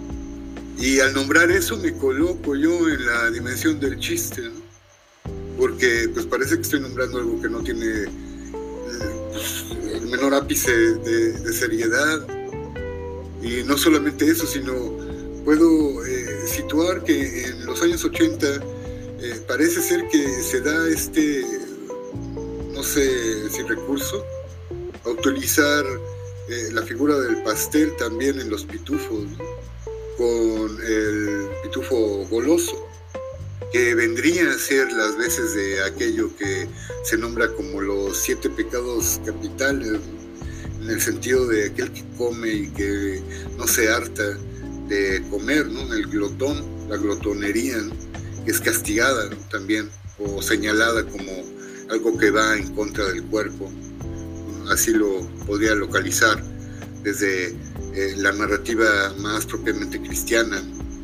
y al nombrar eso me coloco yo en la dimensión del chiste, ¿no? Porque pues parece que estoy nombrando algo que no tiene eh, pues, el menor ápice de, de seriedad, y no solamente eso, sino puedo eh, situar que en los años ochenta eh, parece ser que se da este, no sé si recurso, a utilizar eh, la figura del pastel también en los pitufos, ¿no? Con el pitufo goloso, que vendría a ser las veces de aquello que se nombra como los siete pecados capitales, ¿no? En el sentido de aquel que come y que no se harta de comer, ¿no? El glotón, la glotonería, ¿no? Que es castigada, ¿no? También, o señalada como algo que va en contra del cuerpo. Así lo podría localizar desde eh, la narrativa más propiamente cristiana,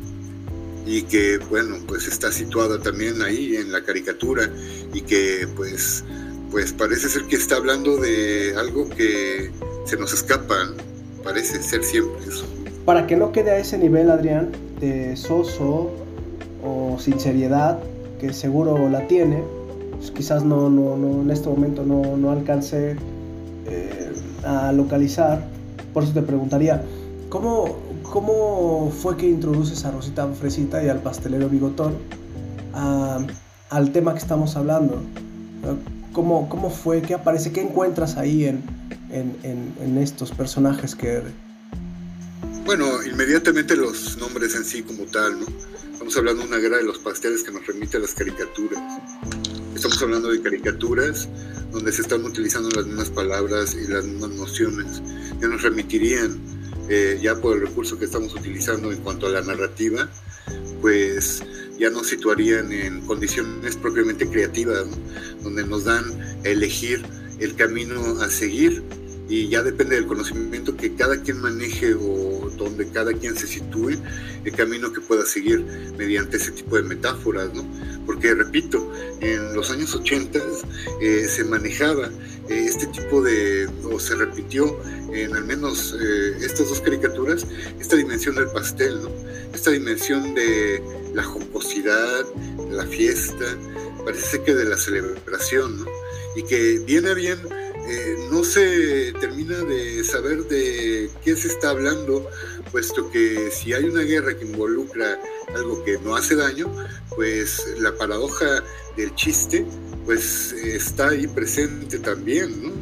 y que, bueno, pues está situada también ahí en la caricatura, y que pues, pues parece ser que está hablando de algo que se nos escapa, ¿no? Parece ser siempre eso. Para que no quede a ese nivel, Adrián, de soso o sin seriedad, que seguro la tiene, pues quizás no, no, no, en este momento no, no alcance eh, a localizar. Por eso te preguntaría, ¿cómo, cómo fue que introduces a Rosita Fresita y al pastelero Bigotón a, al tema que estamos hablando? ¿Cómo, cómo fue? ¿Qué aparece? ¿Qué encuentras ahí en, en, en, en estos personajes que... Bueno, inmediatamente los nombres en sí como tal, ¿no? Estamos hablando de una guerra de los pasteles que nos remite a las caricaturas. Estamos hablando de caricaturas donde se están utilizando las mismas palabras y las mismas nociones. Ya nos remitirían, eh, ya por el recurso que estamos utilizando en cuanto a la narrativa, pues ya nos situarían en condiciones propiamente creativas, ¿no? Donde nos dan a elegir el camino a seguir, y ya depende del conocimiento que cada quien maneje o donde cada quien se sitúe, el camino que pueda seguir mediante ese tipo de metáforas, ¿no? Porque, repito, en los años ochenta eh, se manejaba eh, este tipo de, o se repitió en al menos eh, estas dos caricaturas, esta dimensión del pastel, ¿no? Esta dimensión de la jocosidad, de la fiesta, parece que de la celebración, ¿no? Y que bien a bien eh, no se termina de saber de qué se está hablando, puesto que si hay una guerra que involucra algo que no hace daño, pues la paradoja del chiste pues está ahí presente también, ¿no?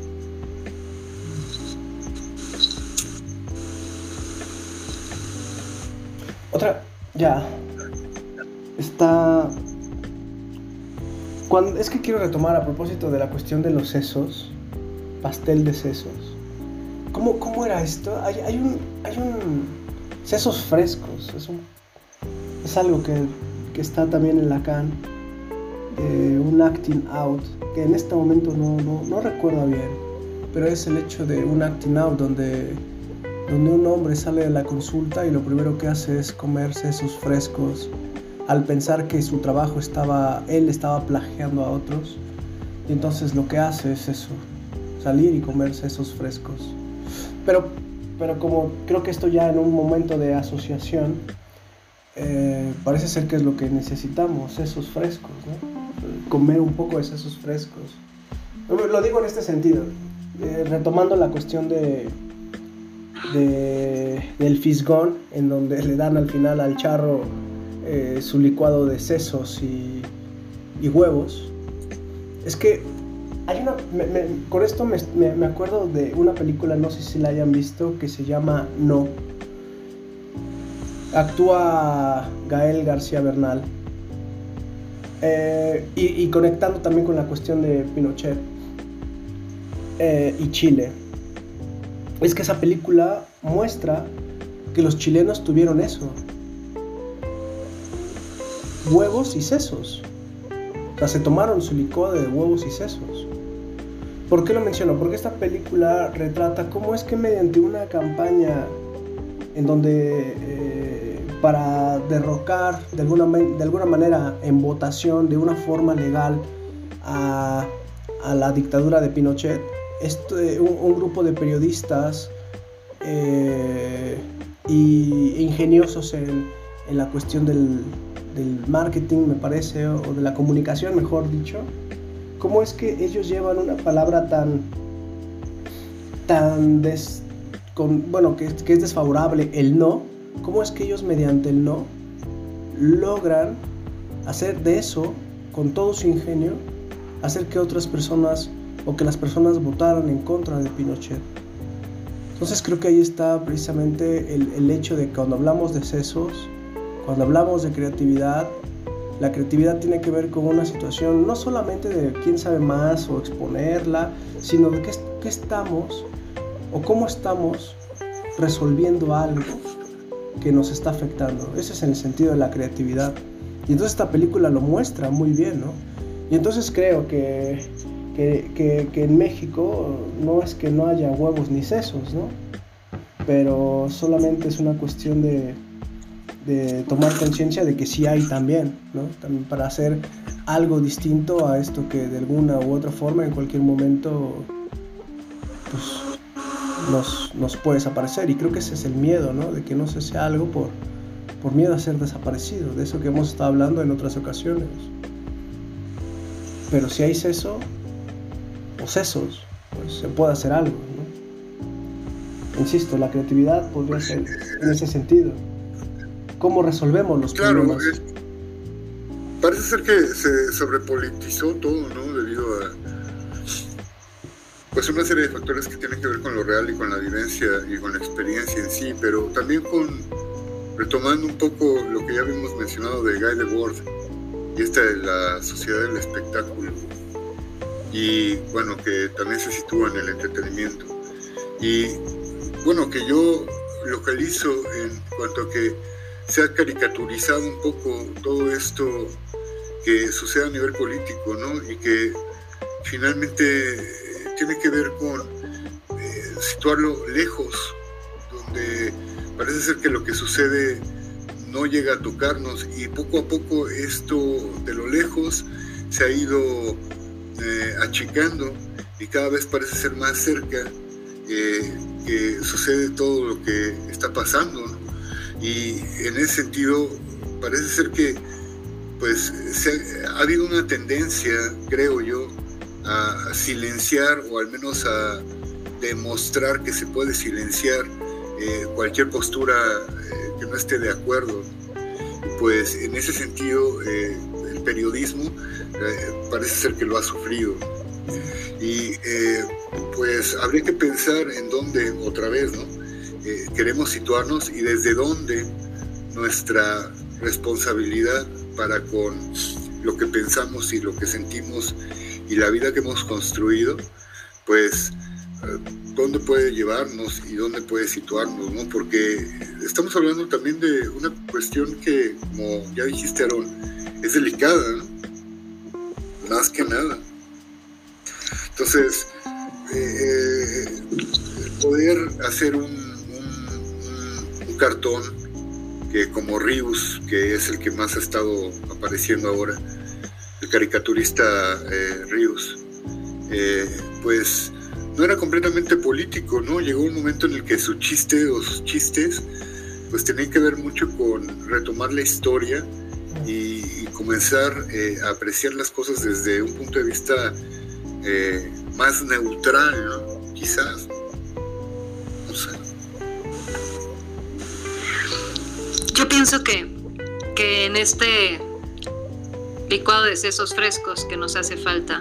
Otra, ya, está... Cuando, es que quiero retomar a propósito de la cuestión de los sesos, pastel de sesos. ¿Cómo, cómo era esto? Hay, hay un, hay un sesos frescos, es, un, es algo que, que está también en Lacan, eh, un acting out, que en este momento no, no, no recuerdo bien, pero es el hecho de un acting out donde, donde un hombre sale de la consulta y lo primero que hace es comer sesos frescos, al pensar que su trabajo estaba, él estaba plagiando a otros, y entonces lo que hace es eso, salir y comer sesos frescos. Pero, pero como creo que esto ya en un momento de asociación, eh, parece ser que es lo que necesitamos, sesos frescos, ¿no? Comer un poco de sesos frescos. Lo digo en este sentido, eh, retomando la cuestión de, de, del fisgón, en donde le dan al final al charro Eh, su licuado de sesos y, y huevos. Es que hay una me, me, con esto me, me, me acuerdo de una película, no sé si la hayan visto, que se llama No. Actúa Gael García Bernal, eh, y, y conectando también con la cuestión de Pinochet eh, y Chile. Es que esa película muestra que los chilenos tuvieron eso, huevos y sesos. O sea, se tomaron su licuado de huevos y sesos. ¿Por qué lo menciono? Porque esta película retrata cómo es que mediante una campaña en donde eh, para derrocar de alguna, de alguna manera en votación de una forma legal a, a la dictadura de Pinochet, este, un, un grupo de periodistas eh, y ingeniosos en, en la cuestión del del marketing, me parece, o de la comunicación, mejor dicho, cómo es que ellos llevan una palabra tan, tan des, con, bueno, que, que es desfavorable, el no, cómo es que ellos mediante el no logran hacer de eso, con todo su ingenio, hacer que otras personas, o que las personas votaran en contra de Pinochet. Entonces creo que ahí está precisamente el, el hecho de que cuando hablamos de sesos, cuando hablamos de creatividad, la creatividad tiene que ver con una situación no solamente de quién sabe más o exponerla, sino de qué, qué estamos o cómo estamos resolviendo algo que nos está afectando. Ese es el sentido de la creatividad. Y entonces esta película lo muestra muy bien, ¿no? Y entonces creo que, que, que, que en México no es que no haya huevos ni sesos, ¿no? Pero solamente es una cuestión de de tomar conciencia de que sí hay también, ¿no? También para hacer algo distinto a esto que de alguna u otra forma en cualquier momento pues, nos, nos puede desaparecer. Y creo que ese es el miedo, ¿no? De que no se sea algo por, por miedo a ser desaparecido, de eso que hemos estado hablando en otras ocasiones. Pero si hay seso o sesos, pues se puede hacer algo, ¿no? Insisto, la creatividad podría ser en ese sentido. ¿Cómo resolvemos los claro, problemas? Es, parece ser que se sobrepolitizó todo, ¿no? Debido a pues una serie de factores que tienen que ver con lo real y con la vivencia y con la experiencia en sí, pero también con, retomando un poco lo que ya habíamos mencionado de Guy Debord y esta de la sociedad del espectáculo, y bueno, que también se sitúa en el entretenimiento. Y bueno, que yo localizo en cuanto a que se ha caricaturizado un poco todo esto que sucede a nivel político, ¿no? Y que finalmente tiene que ver con eh, situarlo lejos, donde parece ser que lo que sucede no llega a tocarnos, y poco a poco esto de lo lejos se ha ido eh, achicando y cada vez parece ser más cerca eh, que sucede todo lo que está pasando, ¿no? Y en ese sentido parece ser que pues se ha, ha habido una tendencia, creo yo, a silenciar o al menos a demostrar que se puede silenciar eh, cualquier postura eh, que no esté de acuerdo. Pues en ese sentido eh, el periodismo eh, parece ser que lo ha sufrido, y eh, pues habría que pensar en dónde otra vez, ¿no? Eh, queremos situarnos y desde dónde nuestra responsabilidad para con lo que pensamos y lo que sentimos y la vida que hemos construido, pues dónde puede llevarnos y dónde puede situarnos, ¿no? Porque estamos hablando también de una cuestión que, como ya dijiste, Aarón, es delicada, ¿no? Más que nada. Entonces, eh, poder hacer un, un, un cartón que, como Rius, que es el que más ha estado apareciendo ahora, el caricaturista eh, Rius, eh, pues no era completamente político, ¿no? Llegó un momento en el que su chiste o sus chistes pues tenían que ver mucho con retomar la historia y, y comenzar eh, a apreciar las cosas desde un punto de vista eh, más neutral, ¿no? Quizás. No sé. Yo pienso que, que en este licuado de sesos frescos que nos hace falta,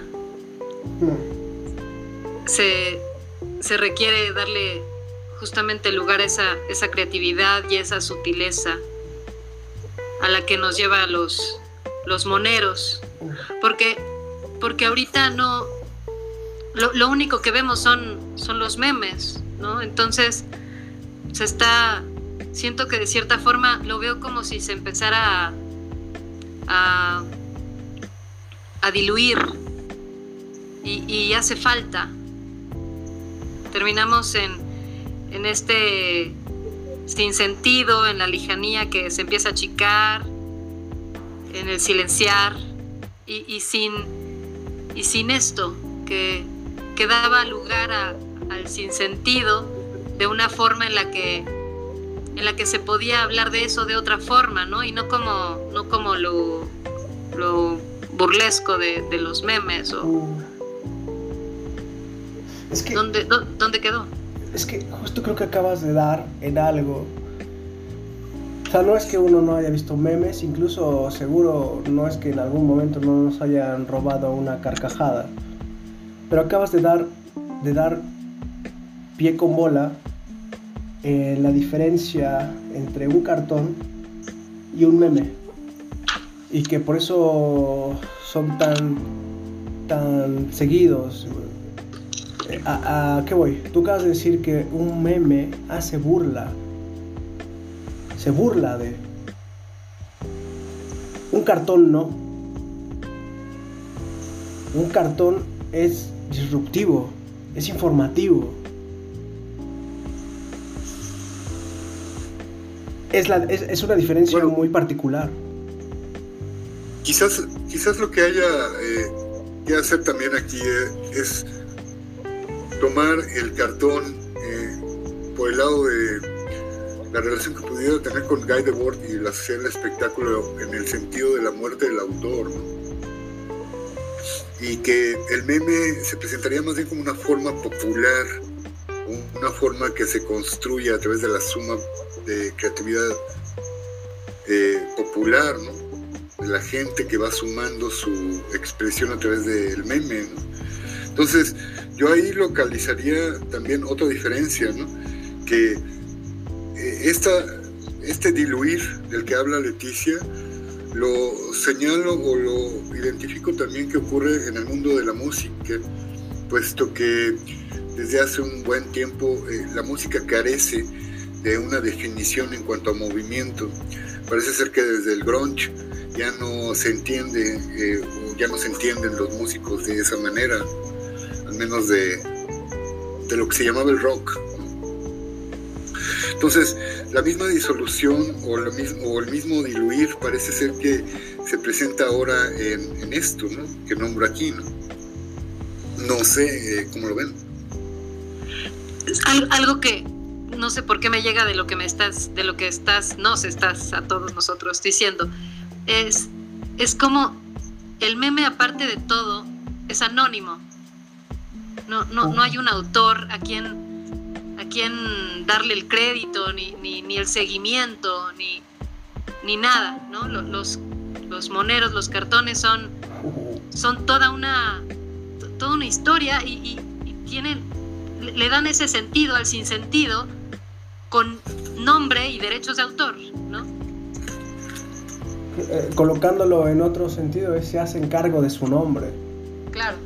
se, se requiere darle justamente lugar a esa, esa creatividad y esa sutileza a la que nos lleva a los, los moneros, porque, porque ahorita no, lo, lo único que vemos son, son los memes, ¿no? Entonces se está, siento que de cierta forma lo veo como si se empezara a, a, a diluir y, y hace falta. Terminamos en, en este sinsentido, en la lejanía que se empieza a achicar, en el silenciar y, y, sin, y sin esto que, que daba lugar a, al sinsentido de una forma en la que en la que se podía hablar de eso de otra forma, ¿no? Y no como, no como lo, lo burlesco de, de los memes o... Es que, ¿Dónde, dó, ¿Dónde quedó? Es que justo creo que acabas de dar en algo. O sea, no es que uno no haya visto memes, incluso seguro no es que en algún momento no nos hayan robado una carcajada. Pero acabas de dar, de dar pie con bola en la diferencia entre un cartón y un meme. Y que por eso son tan, tan seguidos. ¿A, a qué voy? Tú acabas de decir que un meme hace burla. Se burla de... Un cartón no. Un cartón es disruptivo, es informativo. Es, la, es, es una diferencia bueno, muy particular. Quizás, quizás lo que haya eh, que hacer también aquí eh, es tomar el cartón eh, por el lado de la relación que pudiera tener con Guy Debord y la sociedad del espectáculo en el sentido de la muerte del autor, ¿no? Y que el meme se presentaría más bien como una forma popular, una forma que se construye a través de la suma de creatividad eh, popular, ¿no? De la gente que va sumando su expresión a través del meme, ¿no? Entonces, yo ahí localizaría también otra diferencia, ¿no? Que eh, esta, este diluir del que habla Leticia, lo señalo o lo identifico también que ocurre en el mundo de la música, puesto que desde hace un buen tiempo eh, la música carece de una definición en cuanto a movimiento. Parece ser que desde el grunge ya no se entiende, eh, o ya no se entienden los músicos de esa manera, al menos de, de lo que se llamaba el rock, ¿no? Entonces, la misma disolución o, lo mismo, o el mismo diluir parece ser que se presenta ahora en, en esto, ¿no? Que nombro aquí, ¿no? No sé eh, cómo lo ven. Al, algo que no sé por qué me llega de lo que me estás, de lo que estás, nos estás a todos nosotros diciendo, es, es como el meme, aparte de todo, es anónimo. No, no, no hay un autor a quien, a quien darle el crédito, ni, ni, ni el seguimiento, ni, ni nada, ¿no? Los, los moneros, los cartones son, son toda una, toda una historia y, y, y tienen, le dan ese sentido al sinsentido con nombre y derechos de autor, ¿no? Eh, colocándolo en otro sentido, es se hacen cargo de su nombre. Claro.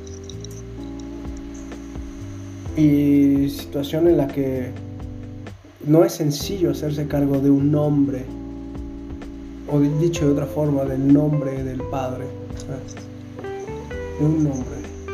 Y situación en la que no es sencillo hacerse cargo de un nombre, o dicho de otra forma, del nombre del Padre, ¿sabes? De un nombre.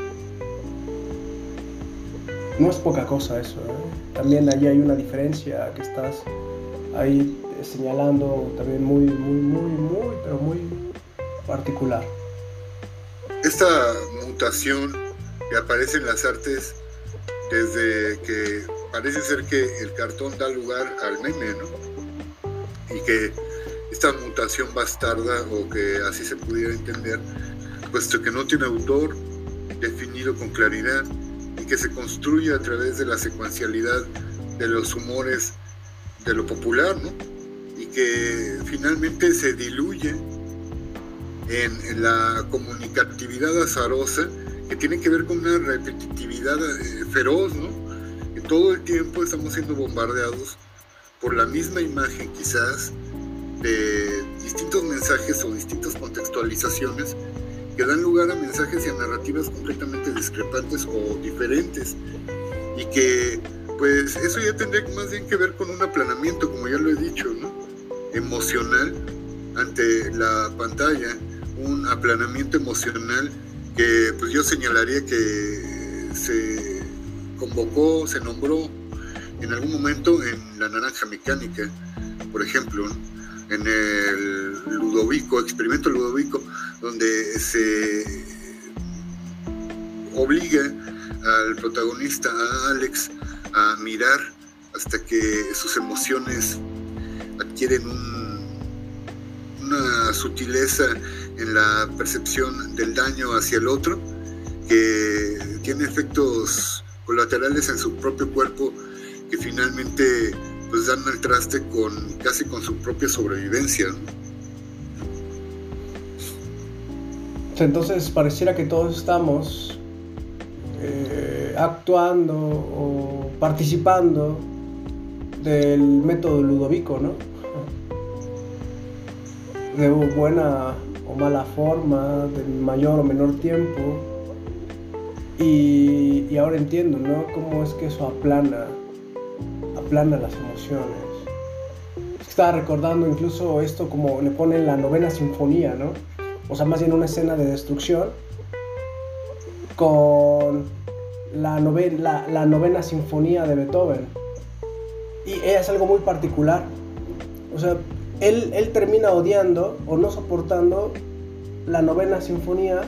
No es poca cosa eso, ¿eh? También allí hay una diferencia que estás ahí señalando, también muy, muy, muy, muy, pero muy particular. Esta mutación que aparece en las artes desde que parece ser que el cartón da lugar al meme, ¿no? Y que esta mutación bastarda, o que así se pudiera entender, puesto que no tiene autor definido con claridad y que se construye a través de la secuencialidad de los humores de lo popular, ¿no? Y que finalmente se diluye en la comunicatividad azarosa, que tiene que ver con una repetitividad eh, feroz, ¿no? Que todo el tiempo estamos siendo bombardeados por la misma imagen, quizás, de distintos mensajes o distintas contextualizaciones que dan lugar a mensajes y a narrativas completamente discrepantes o diferentes, y que pues eso ya tendría más bien que ver con un aplanamiento, como ya lo he dicho, ¿no? Emocional ante la pantalla, un aplanamiento emocional que pues yo señalaría que se convocó, se nombró en algún momento en La Naranja Mecánica, por ejemplo, ¿no? En el Ludovico, experimento Ludovico, donde se obliga al protagonista, a Alex, a mirar hasta que sus emociones adquieren un, una sutileza en la percepción del daño hacia el otro, que tiene efectos colaterales en su propio cuerpo que finalmente pues dan al traste con casi con su propia sobrevivencia, ¿no? Entonces pareciera que todos estamos eh, actuando o participando del método Ludovico, ¿no? De buena o mala forma, de mayor o menor tiempo. Y, y ahora entiendo, ¿no? Cómo es que eso aplana, aplana las emociones. Estaba recordando incluso esto como le ponen la novena sinfonía, ¿no? O sea, más bien una escena de destrucción con la novena, la, la novena sinfonía de Beethoven. Y es algo muy particular. O sea, él, él termina odiando o no soportando la novena sinfonía,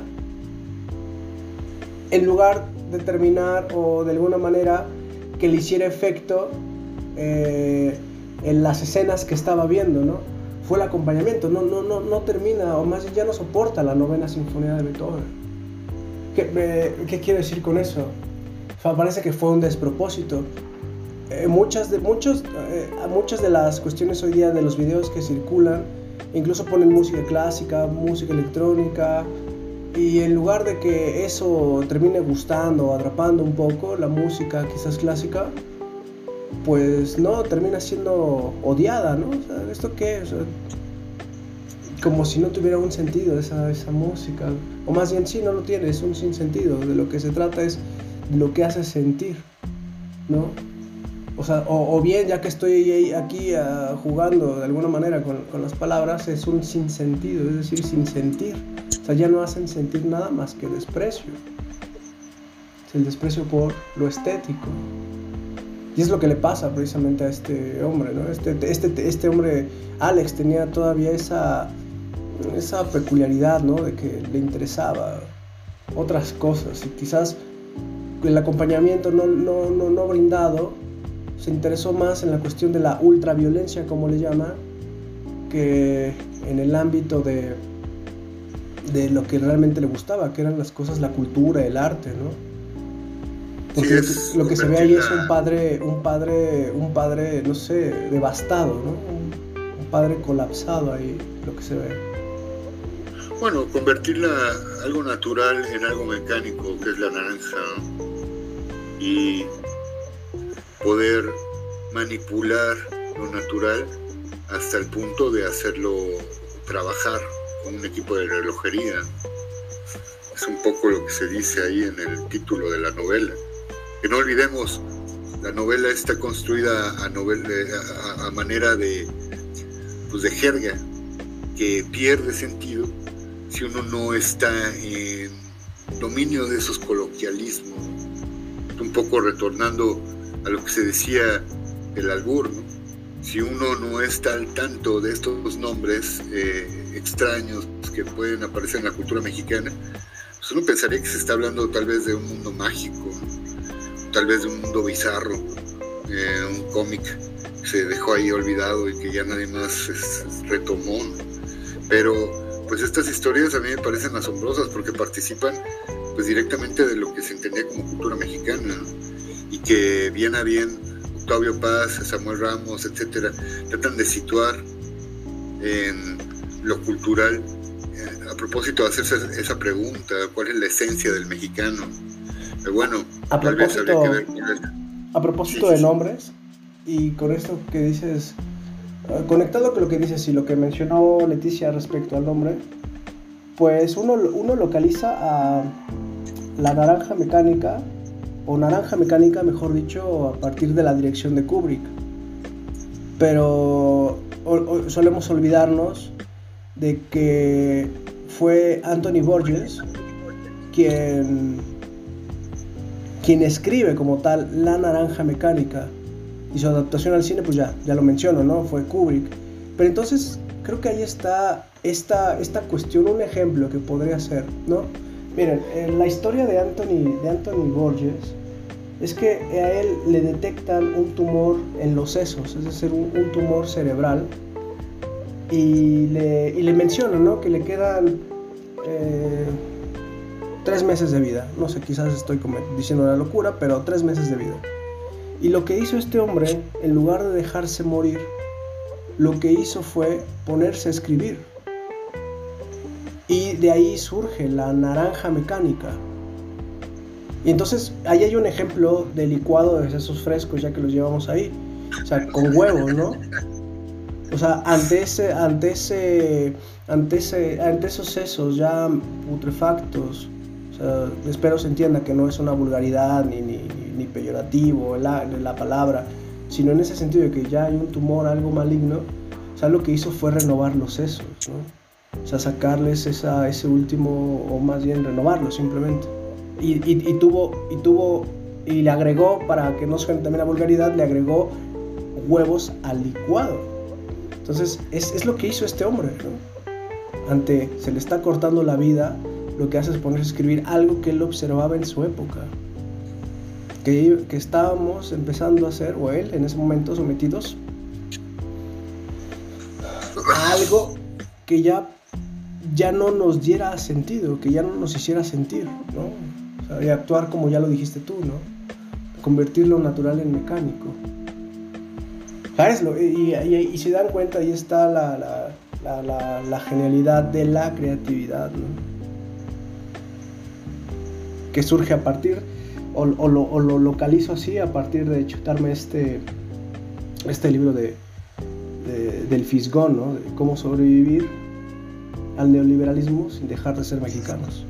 en lugar de terminar o de alguna manera que le hiciera efecto eh, en las escenas que estaba viendo, ¿no? Fue el acompañamiento, no, no, no, no termina, o más bien ya no soporta la novena sinfonía de Beethoven. ¿Qué, eh, ¿qué quiero decir con eso? O sea, parece que fue un despropósito. Eh, muchas, de, muchos, eh, muchas de las cuestiones hoy día de los videos que circulan, incluso ponen música clásica, música electrónica, y en lugar de que eso termine gustando o atrapando un poco, la música quizás clásica, pues no, termina siendo odiada, ¿no? O sea, ¿esto qué? O sea, como si no tuviera un sentido esa, esa música, o más bien sí, no lo tiene, es un sinsentido. De lo que se trata es lo que hace sentir, ¿no? O sea, o, o bien, ya que estoy aquí uh, jugando de alguna manera con, con las palabras, es un sinsentido, es decir, sin sentir. O sea, ya no hacen sentir nada más que desprecio. Es el desprecio por lo estético. Y es lo que le pasa precisamente a este hombre, ¿no? Este, este, este hombre, Alex, tenía todavía esa, esa peculiaridad, ¿no? De que le interesaba otras cosas y quizás el acompañamiento no, no, no, no brindado se interesó más en la cuestión de la ultraviolencia, como le llama, que en el ámbito de, de lo que realmente le gustaba, que eran las cosas, la cultura, el arte, ¿no? Porque sí, lo que se ve ahí es un padre, un padre, un padre, no sé, devastado, ¿no? Un, un padre colapsado ahí, lo que se ve. Bueno, convertirla algo natural en algo mecánico, que es la naranja, ¿no? Y poder manipular lo natural hasta el punto de hacerlo trabajar con un equipo de relojería. Es un poco lo que se dice ahí en el título de la novela. Que no olvidemos, la novela está construida a, novela, a, a manera de, pues de jerga, que pierde sentido si uno no está en dominio de esos coloquialismos. Un poco retornando a lo que se decía el albur, ¿no? Si uno no está al tanto de estos nombres eh, extraños que pueden aparecer en la cultura mexicana, pues uno pensaría que se está hablando tal vez de un mundo mágico, tal vez de un mundo bizarro, eh, un cómic que se dejó ahí olvidado y que ya nadie más es, es, retomó, ¿no? Pero pues estas historias a mí me parecen asombrosas porque participan pues directamente de lo que se entendía como cultura mexicana, ¿no? Y que bien a bien Octavio Paz, Samuel Ramos, etcétera, tratan de situar en lo cultural, eh, a propósito de hacerse esa pregunta, ¿cuál es la esencia del mexicano? Pero bueno, a tal propósito, vez habría que ver con el... A propósito sí, de sí, nombres, y con esto que dices, uh, conectado con lo que dices y lo que mencionó Leticia respecto al nombre, pues uno, uno localiza a la naranja mecánica, o naranja mecánica, mejor dicho, a partir de la dirección de Kubrick. Pero o, o, solemos olvidarnos de que fue Anthony Burgess quien, quien escribe como tal La Naranja Mecánica, y su adaptación al cine, pues ya, ya lo menciono, ¿no? Fue Kubrick. Pero entonces creo que ahí está esta, esta cuestión, un ejemplo que podría ser, ¿no? Miren, en la historia de Anthony, de Anthony Burgess es que a él le detectan un tumor en los sesos, es decir, un, un tumor cerebral, y le, y le mencionan, ¿no? Que le quedan eh, tres meses de vida. No sé, quizás estoy diciendo una locura, pero tres meses de vida. Y lo que hizo este hombre, en lugar de dejarse morir, lo que hizo fue ponerse a escribir. Y de ahí surge la naranja mecánica. Y entonces ahí hay un ejemplo de licuado de sesos frescos, ya que los llevamos ahí. O sea, con huevos, ¿no? O sea, ante ese, ante ese, ante ese, ante esos sesos ya putrefactos, o sea, espero se entienda que no es una vulgaridad ni, ni, ni peyorativo la, la palabra, sino en ese sentido de que ya hay un tumor, algo maligno. O sea, lo que hizo fue renovar los sesos, ¿no? O sea, sacarles esa, ese último, o más bien renovarlos simplemente. Y, y, y tuvo, y tuvo, y le agregó, para que no suene también la vulgaridad, le agregó huevos al licuado. Entonces, es, es lo que hizo este hombre, ¿no? Ante, se le está cortando la vida, lo que hace es ponerse a escribir algo que él observaba en su época. Que, que estábamos empezando a hacer, o él en ese momento, sometidos a algo que ya, ya no nos diera sentido, que ya no nos hiciera sentir, ¿no? O sea, y actuar como ya lo dijiste tú, ¿no? Convertir lo natural en mecánico. ¿Sabes? Y, y, y si dan cuenta, ahí está la, la, la, la, la genialidad de la creatividad, ¿no? Que surge a partir, o, o, lo, o lo localizo así, a partir de chutarme este, este libro de, de, del Fisgón, ¿no? De cómo sobrevivir al neoliberalismo sin dejar de ser mexicanos.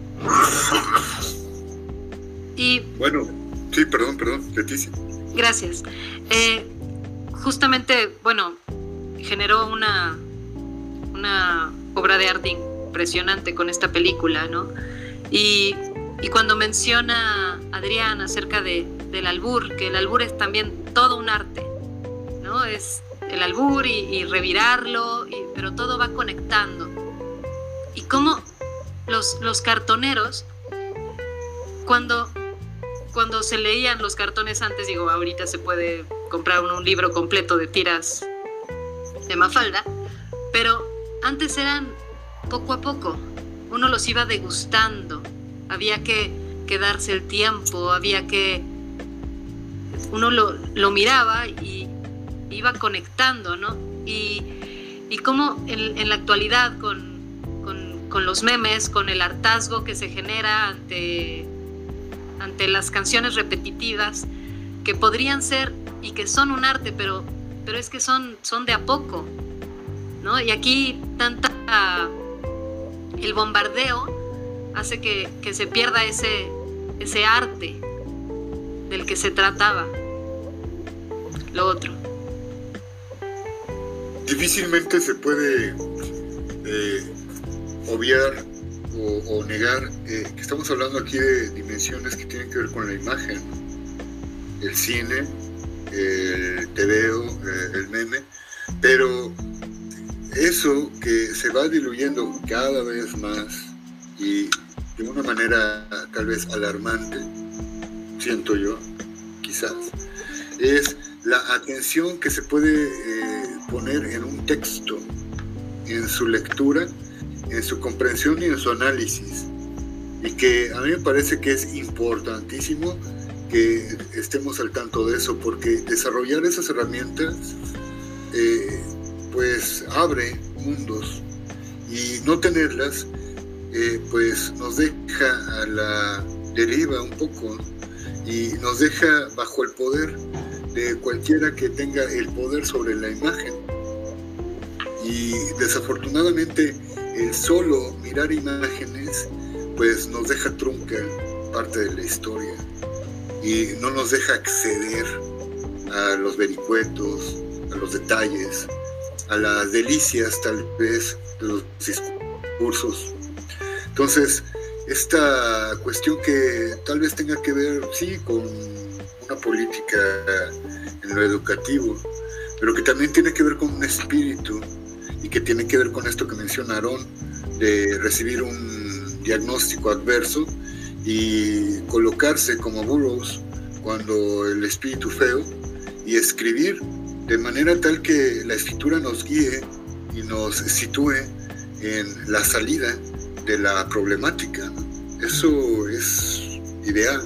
Y bueno, sí, perdón, perdón, Leticia. Gracias. Eh, justamente, bueno, generó una, una obra de arte impresionante con esta película, ¿no? Y y cuando menciona Adrián acerca de, del albur, que el albur es también todo un arte, ¿no? Es el albur y, y revirarlo, y, pero todo va conectando. Y cómo los, los cartoneros, cuando, cuando se leían los cartones antes, digo, ahorita se puede comprar un, un libro completo de tiras de Mafalda, pero antes eran poco a poco, uno los iba degustando, había que, que darse el tiempo, había que, uno lo, lo miraba y iba conectando, ¿no? Y, y como en, en la actualidad con, con, con los memes, con el hartazgo que se genera ante, ante las canciones repetitivas, que podrían ser y que son un arte, pero, pero es que son, son de a poco, ¿no? Y aquí tanta el bombardeo hace que, que se pierda ese, ese arte del que se trataba. Lo otro. Difícilmente se puede eh, obviar o, o negar eh, que estamos hablando aquí de dimensiones que tienen que ver con la imagen, el cine, el tebeo, eh, el meme, pero eso que se va diluyendo cada vez más y de una manera tal vez alarmante, siento yo, quizás, es la atención que se puede eh, poner en un texto, en su lectura, en su comprensión y en su análisis, y que a mí me parece que es importantísimo que estemos al tanto de eso, porque desarrollar esas herramientas eh, pues abre mundos, y no tenerlas eh, pues nos deja a la deriva un poco, y nos deja bajo el poder de cualquiera que tenga el poder sobre la imagen. Y desafortunadamente el solo mirar imágenes pues nos deja trunca parte de la historia y no nos deja acceder a los vericuetos, a los detalles, a las delicias tal vez de los discursos. Entonces, esta cuestión que tal vez tenga que ver, sí, con una política en lo educativo, pero que también tiene que ver con un espíritu y que tiene que ver con esto que menciona Aarón, de recibir un diagnóstico adverso y colocarse como Burroughs cuando el espíritu feo y escribir de manera tal que la escritura nos guíe y nos sitúe en la salida de la problemática, ¿no? Eso es ideal.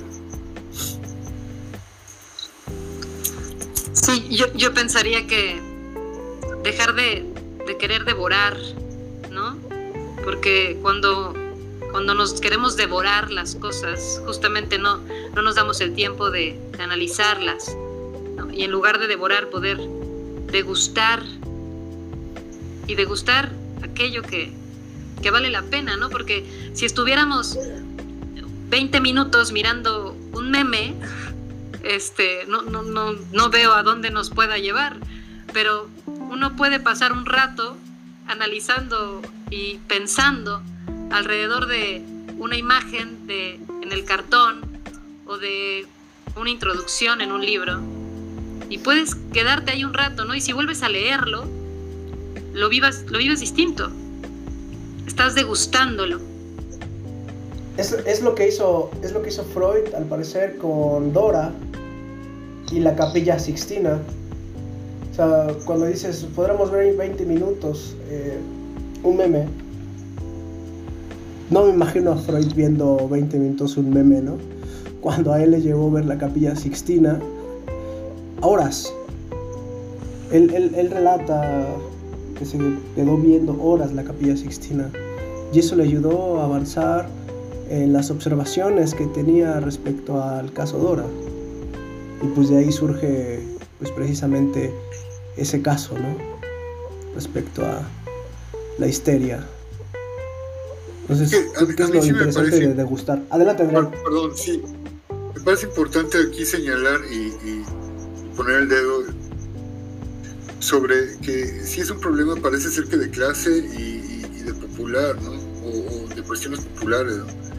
Sí, yo, yo pensaría que dejar de, de querer devorar, ¿no? Porque cuando, cuando nos queremos devorar las cosas, justamente no, no nos damos el tiempo de, de analizarlas, ¿no? Y en lugar de devorar, poder degustar y degustar aquello que, que vale la pena, ¿no? Porque si estuviéramos veinte minutos mirando un meme, este, no, no, no, no veo a dónde nos pueda llevar, pero uno puede pasar un rato analizando y pensando alrededor de una imagen de, en el cartón o de una introducción en un libro, y puedes quedarte ahí un rato, ¿no? Y si vuelves a leerlo, lo vivas, lo vives distinto, estás degustándolo. Es, es lo que hizo, es lo que hizo Freud, al parecer, con Dora y la Capilla Sixtina. O sea, cuando dices, podremos ver en veinte minutos eh, un meme, no me imagino a Freud viendo veinte minutos un meme, ¿no? Cuando a él le llevó ver la Capilla Sixtina, horas. Él, él, él relata que se quedó viendo horas la Capilla Sixtina, y eso le ayudó a avanzar en las observaciones que tenía respecto al caso Dora. Y pues de ahí surge pues precisamente ese caso, ¿no? Respecto a la histeria. Entonces, sí, a mí, ¿qué es a mí lo sí interesante parece, de degustar? Adelante, Adrián. Perdón, sí. Me parece importante aquí señalar y, y poner el dedo sobre que si es un problema parece ser que de clase y, y, y de popular, ¿no? O, o de cuestiones populares, ¿no?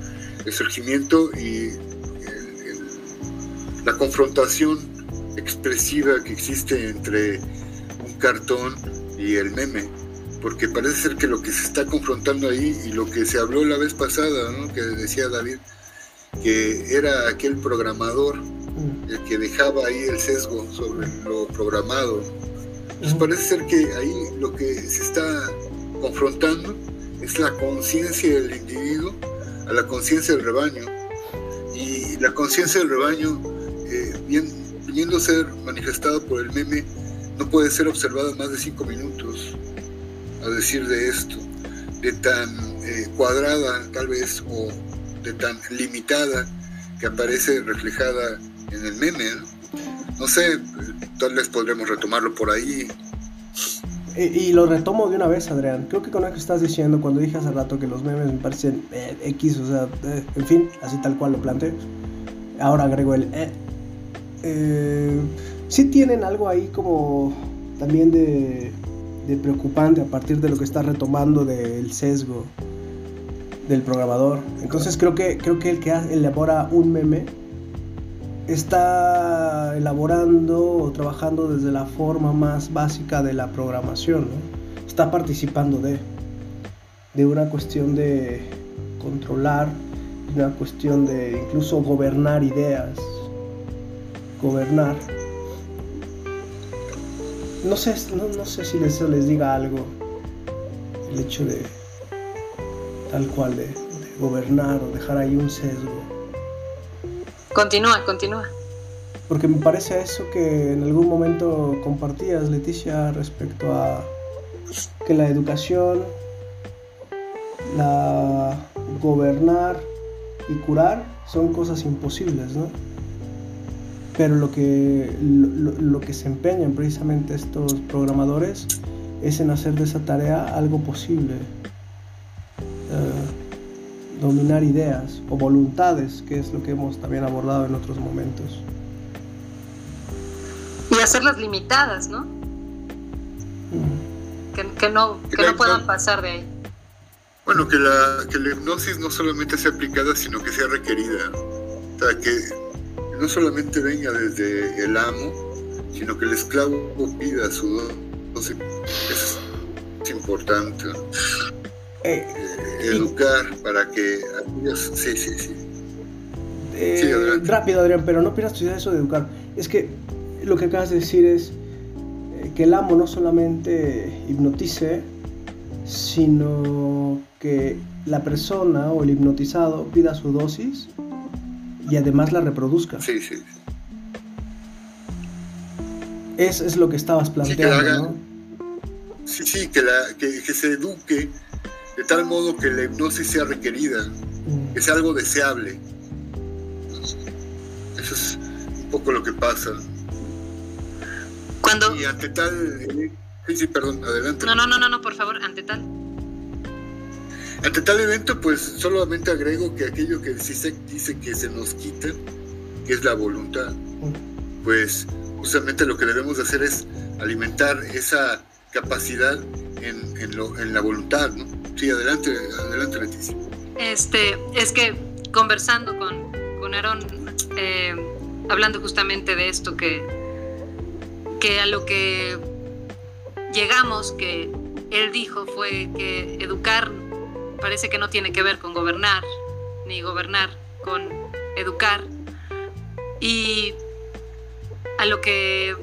el surgimiento y el, el, la confrontación expresiva que existe entre un cartón y el meme, porque parece ser que lo que se está confrontando ahí y lo que se habló la vez pasada, ¿no? Que decía David, que era aquel programador el que dejaba ahí el sesgo sobre lo programado. Pues parece ser que ahí lo que se está confrontando es la conciencia del individuo a la conciencia del rebaño, y la conciencia del rebaño, eh, bien, viniendo a ser manifestada por el meme, no puede ser observada más de cinco minutos, a decir de esto, de tan eh, cuadrada tal vez, o de tan limitada que aparece reflejada en el meme, ¿no? No sé, tal vez podremos retomarlo por ahí. Y, y lo retomo de una vez, Adrián. Creo que con lo que estás diciendo, cuando dije hace rato que los memes me parecen eh, X, o sea, eh, en fin, así tal cual lo planteé. Ahora agrego el eh. Eh, sí tienen algo ahí como también de, de preocupante a partir de lo que está retomando del sesgo del programador. Entonces creo que, creo que el que elabora un meme está elaborando o trabajando desde la forma más básica de la programación, ¿no? Está participando de, de una cuestión de controlar, de una cuestión de incluso gobernar ideas, gobernar. No sé, no, no sé si eso les diga algo, el hecho de tal cual de, de gobernar o dejar ahí un sesgo. Continúa, continúa. Porque me parece eso que en algún momento compartías, Leticia, respecto a que la educación, la gobernar y curar son cosas imposibles, ¿no? Pero lo que, lo, lo que se empeñan precisamente estos programadores es en hacer de esa tarea algo posible. Uh, dominar ideas o voluntades, que es lo que hemos también abordado en otros momentos. Y hacerlas limitadas, ¿no? Mm. Que, que no, que no puedan pasar de ahí. Bueno, que la, que la hipnosis no solamente sea aplicada, sino que sea requerida. O sea, que no solamente venga desde el amo, sino que el esclavo pida su dosis. Eso es importante. Eh, eh, educar y, para que aquellos... Sí, sí, sí. Eh, sí, rápido, Adrián, pero no pierdas tu idea de eso de educar. Es que lo que acabas de decir es eh, que el amo no solamente hipnotice, sino que la persona o el hipnotizado pida su dosis y además la reproduzca. Sí, sí. Es, es lo que estabas planteando, sí, que haga, ¿no? Sí, sí, que, la, que, que se eduque de tal modo que la hipnosis sea requerida, mm. que sea algo deseable. Eso es un poco lo que pasa. Cuando... Y ante tal... Eh, sí, sí, perdón, adelante. No, no, no, no, no, por favor, ante tal. Ante tal evento, pues solamente agrego que aquello que sí se dice que se nos quita, que es la voluntad, mm. pues justamente lo que debemos hacer es alimentar esa capacidad en, en, lo, en la voluntad, ¿no? Sí, adelante, adelante, Leticia. Este, es que conversando con, con Aarón, eh, hablando justamente de esto, que, que a lo que llegamos, que él dijo, fue que educar parece que no tiene que ver con gobernar, ni gobernar con educar, y a lo que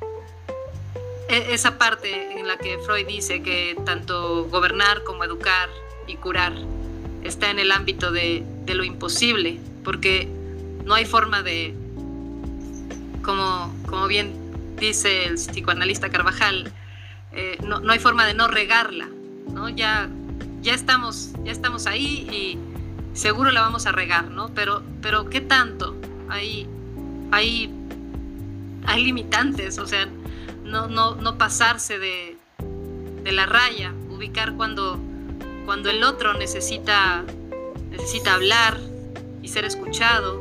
esa parte en la que Freud dice que tanto gobernar como educar y curar está en el ámbito de, de lo imposible, porque no hay forma de, como, como bien dice el psicoanalista Carvajal, eh, no, no hay forma de no regarla, ¿no? Ya, ya, estamos, ya estamos ahí y seguro la vamos a regar, ¿no? Pero, pero ¿qué tanto? Hay, hay, hay limitantes, o sea, No, no, no pasarse de, de la raya, ubicar cuando, cuando el otro necesita, necesita hablar y ser escuchado,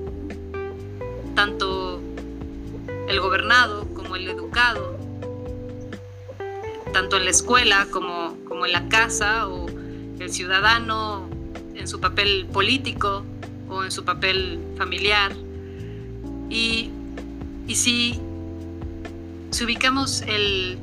tanto el gobernado como el educado, tanto en la escuela como, como en la casa, o el ciudadano en su papel político, o en su papel familiar. Y, y si, si ubicamos el,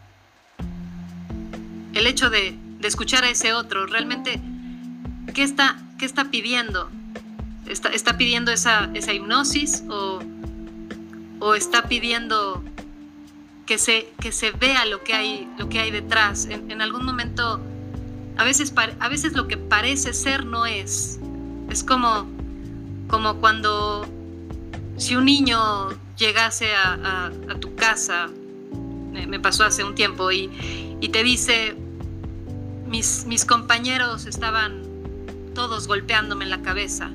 el hecho de, de escuchar a ese otro, realmente, ¿qué está, qué está pidiendo? ¿Está, está pidiendo esa, esa hipnosis o, o está pidiendo que se, que se vea lo que hay, lo que hay detrás? En, en algún momento, a veces, a veces lo que parece ser no es. Es como, como cuando si un niño llegase a, a, a tu casa, me, me pasó hace un tiempo, y, y te dice, mis, mis compañeros estaban todos golpeándome en la cabeza.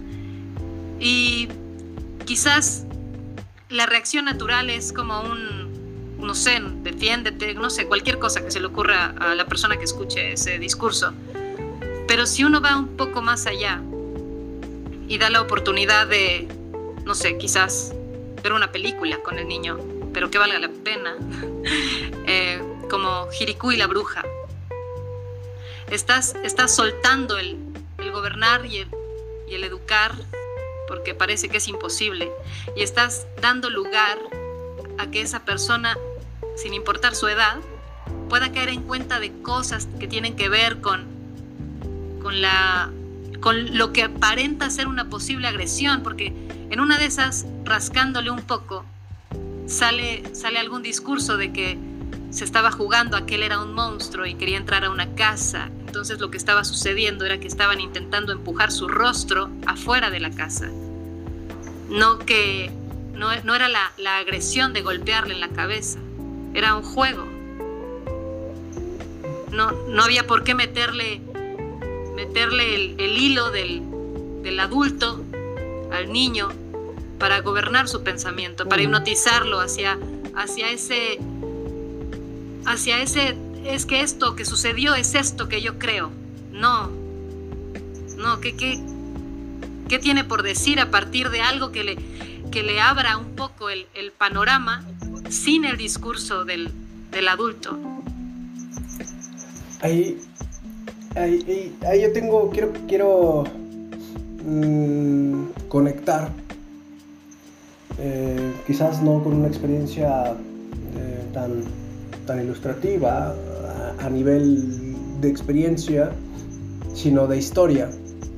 Y quizás la reacción natural es como un, no sé, defiéndete, no sé, cualquier cosa que se le ocurra a la persona que escuche ese discurso. Pero si uno va un poco más allá y da la oportunidad de, no sé, quizás ver una película con el niño, pero que valga la pena, eh, como Jiriku y la bruja, estás, estás soltando el, el gobernar y el, y el educar, porque parece que es imposible, y estás dando lugar a que esa persona, sin importar su edad, pueda caer en cuenta de cosas que tienen que ver con, con, la, con lo que aparenta ser una posible agresión, porque en una de esas, rascándole un poco, sale, sale algún discurso de que se estaba jugando a que él era un monstruo y quería entrar a una casa. Entonces lo que estaba sucediendo era que estaban intentando empujar su rostro afuera de la casa. No que no, no era la, la agresión de golpearle en la cabeza, era un juego. No, no había por qué meterle, meterle el, el hilo del, del adulto al niño para gobernar su pensamiento, para hipnotizarlo hacia, hacia ese, hacia ese, es que esto que sucedió es esto que yo creo. No, no, ¿qué, qué, qué tiene por decir a partir de algo que le, que le abra un poco el, el panorama sin el discurso del, del adulto? Ahí, ahí, ahí, ahí yo tengo, quiero, quiero mmm, conectar, eh, quizás no con una experiencia eh, tan, tan ilustrativa a, a nivel de experiencia, sino de historia.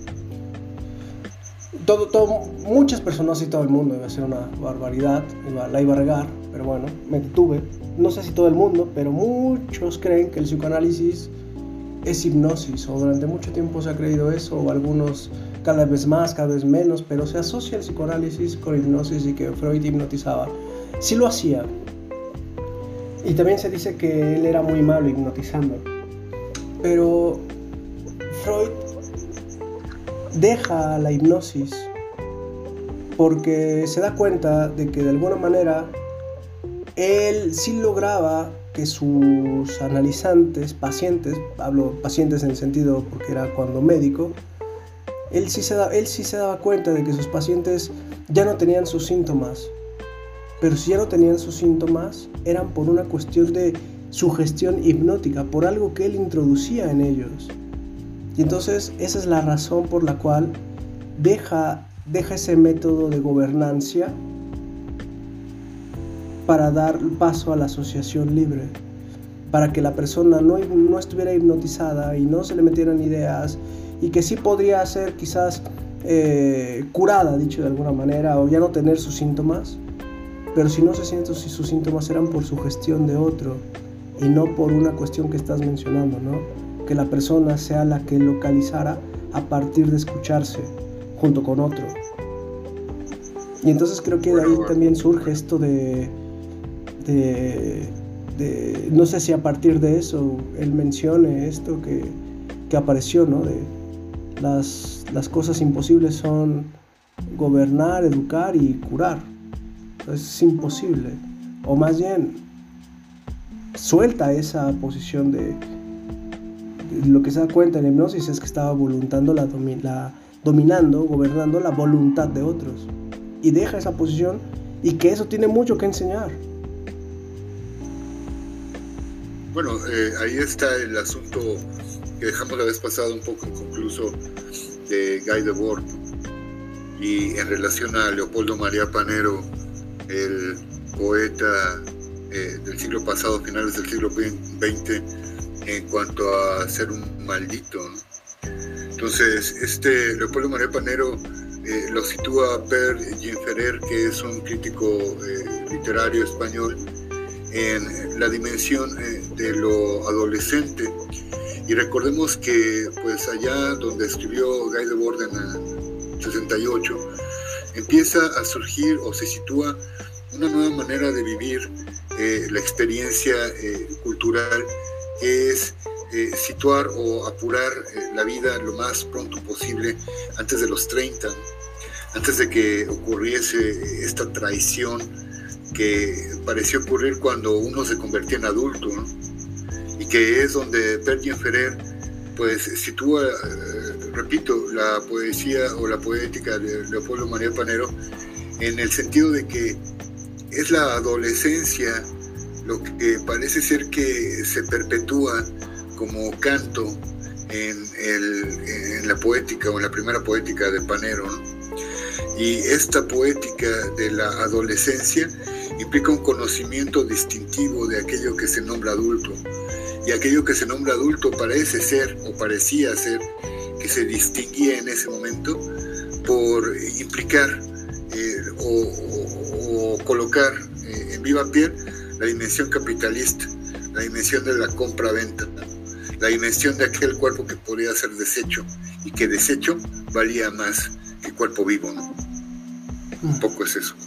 Todo, todo, muchas personas y todo el mundo, iba a ser una barbaridad, iba, la iba a regar, pero bueno, me detuve. No sé si todo el mundo, pero muchos creen que el psicoanálisis es hipnosis, o durante mucho tiempo se ha creído eso, o algunos cada vez más, cada vez menos, pero se asocia el psicoanálisis con hipnosis y que Freud hipnotizaba. Sí lo hacía, y también se dice que él era muy malo hipnotizando, pero Freud deja la hipnosis porque se da cuenta de que de alguna manera él sí lograba que sus analizantes, pacientes, hablo pacientes en el sentido porque era cuando médico, él sí, se da, él sí se daba cuenta de que sus pacientes ya no tenían sus síntomas, pero si ya no tenían sus síntomas eran por una cuestión de sugestión hipnótica, por algo que él introducía en ellos. Y entonces esa es la razón por la cual deja, deja ese método de gobernancia para dar paso a la asociación libre, para que la persona no, no estuviera hipnotizada y no se le metieran ideas, y que sí podría ser quizás eh, curada, dicho de alguna manera, o ya no tener sus síntomas, pero si no se sienten, si sus síntomas eran por sugestión de otro y no por una cuestión que estás mencionando, ¿no? Que la persona sea la que localizara a partir de escucharse junto con otro. Y entonces creo que de ahí también surge esto de, de, de no sé si a partir de eso él mencione esto que, que apareció, ¿no? De las, las cosas imposibles son gobernar, educar y curar. Entonces es imposible, o más bien suelta esa posición de lo que se da cuenta en la hipnosis es que estaba voluntando la, domi- la dominando, gobernando la voluntad de otros, y deja esa posición, y que eso tiene mucho que enseñar. Bueno, eh, ahí está el asunto que dejamos la vez pasada un poco inconcluso de Guy Debord, y en relación a Leopoldo María Panero, el poeta eh, del siglo pasado, finales del siglo veinte, en cuanto a ser un maldito, ¿no? Entonces, este Leopoldo María Panero eh, lo sitúa Per Ginferer, que es un crítico eh, literario español, en la dimensión eh, de lo adolescente. Y recordemos que pues allá donde escribió Guy Debord en el sesenta y ocho, empieza a surgir o se sitúa una nueva manera de vivir eh, la experiencia eh, cultural, que es eh, situar o apurar eh, la vida lo más pronto posible antes de los treinta, antes de que ocurriese esta traición que pareció ocurrir cuando uno se convertía en adulto, ¿no? Y que es donde Per Ginferer pues sitúa, eh, repito, la poesía o la poética de Leopoldo María Panero en el sentido de que es la adolescencia lo que parece ser que se perpetúa como canto en, el, en la poética o en la primera poética de Panero, ¿no? Y esta poética de la adolescencia implica un conocimiento distintivo de aquello que se nombra adulto. Y aquello que se nombra adulto parece ser, o parecía ser, que se distinguía en ese momento por implicar eh, o, o, o colocar eh, en viva piel la dimensión capitalista, la dimensión de la compra-venta, la dimensión de aquel cuerpo que podía ser desecho y que desecho valía más que cuerpo vivo, ¿no? Un poco es eso.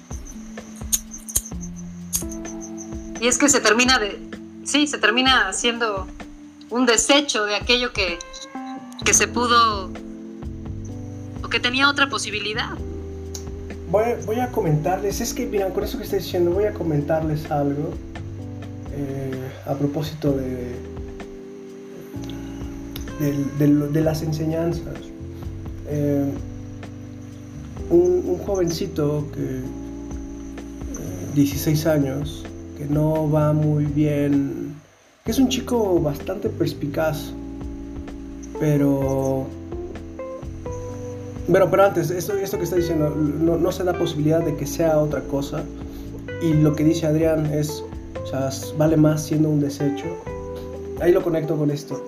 Y es que se termina de, sí, se termina haciendo un desecho de aquello que, que se pudo o que tenía otra posibilidad. Voy, voy a comentarles, es que miren, con eso que estoy diciendo, voy a comentarles algo eh, a propósito de, de, de, de las enseñanzas. Eh, un, un jovencito que eh, dieciséis años, que no va muy bien, que es un chico bastante perspicaz, pero pero, pero antes, esto, esto que está diciendo, no, no se da posibilidad de que sea otra cosa, y lo que dice Adrián es, o sea, vale más siendo un desecho. Ahí lo conecto con esto.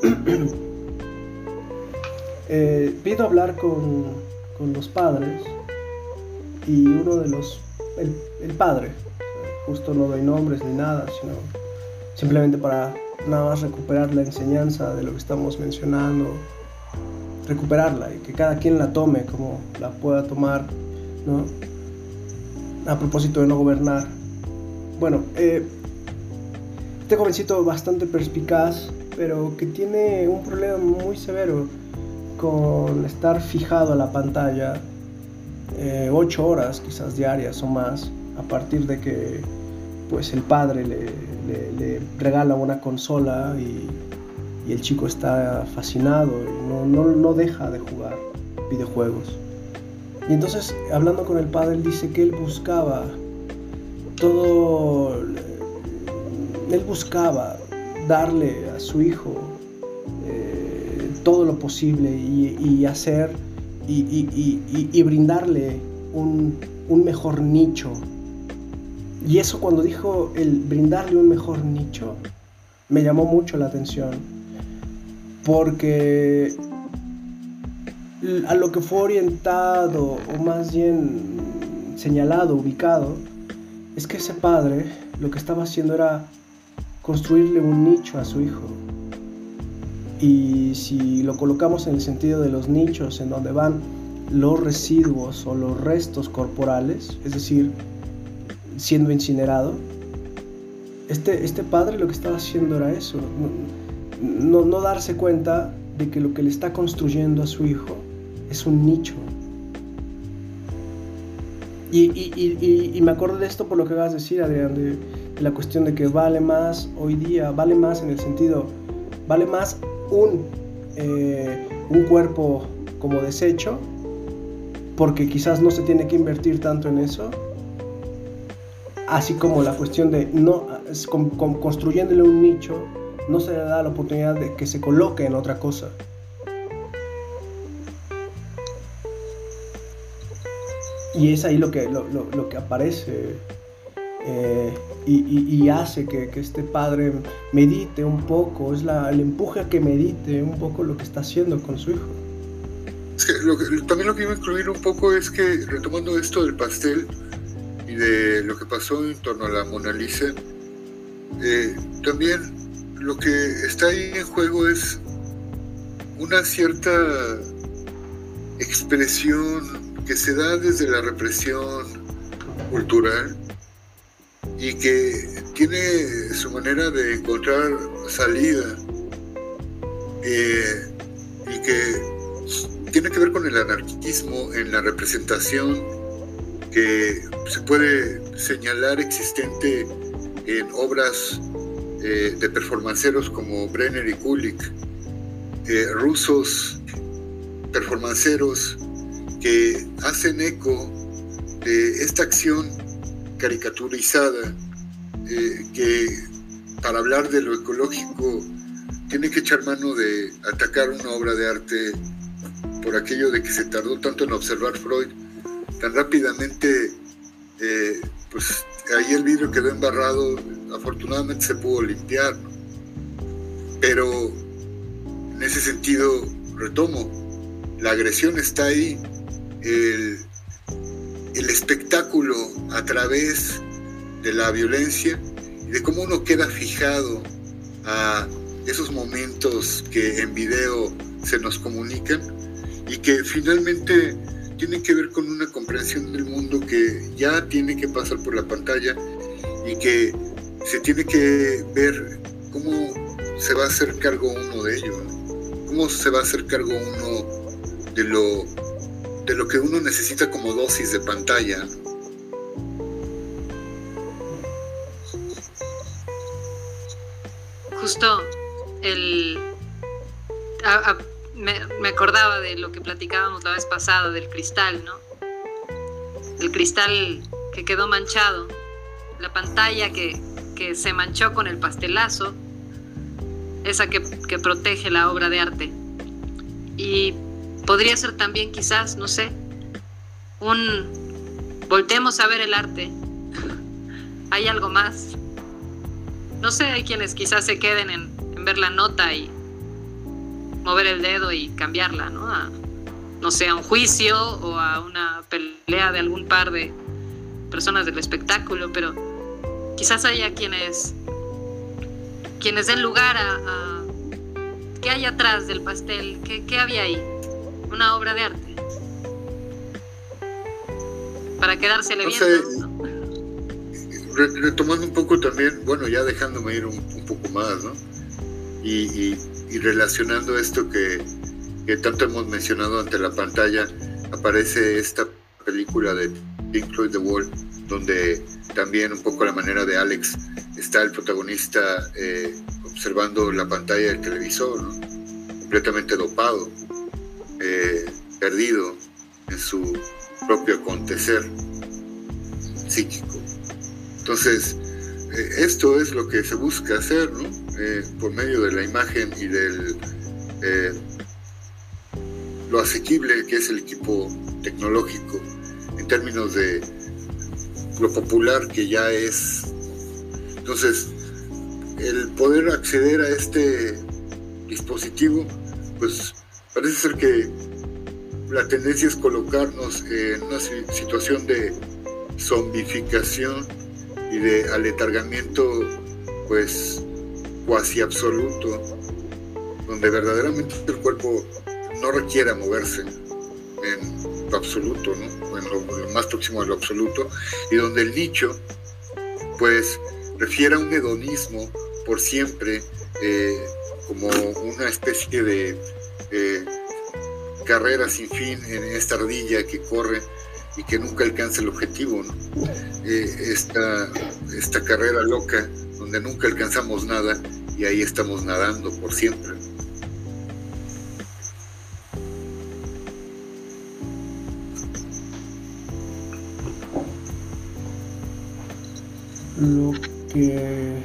eh, pido hablar con, con los padres, y uno de los, el, el padre, justo no doy nombres ni nada, sino simplemente para nada más recuperar la enseñanza de lo que estamos mencionando, recuperarla y que cada quien la tome como la pueda tomar, ¿no? A propósito de no gobernar. Bueno, eh, este jovencito bastante perspicaz, pero que tiene un problema muy severo con estar fijado a la pantalla eh, ocho horas quizás diarias o más, a partir de que pues el padre le, le, le regala una consola y, y el chico está fascinado y no, no, no deja de jugar videojuegos. Y entonces, hablando con el padre, él dice que él buscaba todo, él buscaba darle a su hijo eh, todo lo posible y, y hacer y, y, y, y brindarle un, un mejor nicho. Y eso, cuando dijo el brindarle un mejor nicho, me llamó mucho la atención, porque a lo que fue orientado, o más bien señalado, ubicado, es que ese padre lo que estaba haciendo era construirle un nicho a su hijo. Y si lo colocamos en el sentido de los nichos, en donde van los residuos o los restos corporales, es decir, siendo incinerado, este, este padre lo que estaba haciendo era eso, no, no, no darse cuenta de que lo que le está construyendo a su hijo es un nicho. Y, y, y, y me acuerdo de esto por lo que acabas de decir, Adrián, de, de la cuestión de que vale más hoy día, vale más en el sentido, vale más un, eh, un cuerpo como desecho, porque quizás no se tiene que invertir tanto en eso, así como la cuestión de no, con, con, construyéndole un nicho, no se le da la oportunidad de que se coloque en otra cosa. y es ahí lo que, lo, lo, lo que aparece eh, y, y, y hace que, que este padre medite un poco, es la, el empuje a que medite un poco lo que está haciendo con su hijo. Es que lo que, también lo que iba a incluir un poco es que, retomando esto del pastel y de lo que pasó en torno a la Mona Lisa, eh, también lo que está ahí en juego es una cierta expresión que se da desde la represión cultural y que tiene su manera de encontrar salida eh, y que tiene que ver con el anarquismo en la representación que se puede señalar existente en obras eh, de performanceros como Brenner y Kulik, eh, rusos performanceros que hacen eco de esta acción caricaturizada eh, que para hablar de lo ecológico tiene que echar mano de atacar una obra de arte por aquello de que se tardó tanto en observar Freud tan rápidamente. Eh, pues ahí el vidrio quedó embarrado, afortunadamente se pudo limpiar, ¿no? Pero en ese sentido retomo, la agresión está ahí, el, el espectáculo a través de la violencia y de cómo uno queda fijado a esos momentos que en video se nos comunican y que finalmente tienen que ver con una comprensión del mundo que ya tiene que pasar por la pantalla y que se tiene que ver cómo se va a hacer cargo uno de ello, ¿no? Cómo se va a hacer cargo uno de lo, de lo que uno necesita como dosis de pantalla, ¿no? Justo el... A, a, me, me acordaba de lo que platicábamos la vez pasada del cristal, ¿no? El cristal que quedó manchado, la pantalla que, que se manchó con el pastelazo, esa que, que protege la obra de arte. Y podría ser también quizás, no sé, un volteemos a ver el arte. Hay algo más. No sé, hay quienes quizás se queden en, en ver la nota y mover el dedo y cambiarla, ¿no? A, no sé, a un juicio o a una pelea de algún par de personas del espectáculo, pero quizás haya quienes quienes den lugar a, a ¿qué hay atrás del pastel? ¿Qué, qué había ahí? Una obra de arte. Para quedársele o viendo, sea, ¿no? Retomando un poco también, bueno, ya dejándome ir un, un poco más, ¿no? Y, y, y relacionando esto que, que tanto hemos mencionado ante la pantalla, aparece esta película de Pink Floyd The Wall, donde también un poco a la manera de Alex está el protagonista eh, observando la pantalla del televisor, ¿no? Completamente dopado, eh, perdido en su propio acontecer psíquico. Entonces, eh, esto es lo que se busca hacer, ¿no? Eh, por medio de la imagen y del eh, lo asequible que es el equipo tecnológico en términos de lo popular que ya es. Entonces, el poder acceder a este dispositivo, pues parece ser que la tendencia es colocarnos en una situación de zombificación y de aletargamiento, pues cuasi absoluto, donde verdaderamente el cuerpo no requiera moverse en lo absoluto, ¿no? En lo, lo más próximo a lo absoluto, y donde el nicho pues refiere a un hedonismo por siempre, eh, como una especie de eh, carrera sin fin en esta ardilla que corre y que nunca alcanza el objetivo, ¿no? Eh, esta, esta carrera loca donde nunca alcanzamos nada y ahí estamos nadando por siempre. Lo que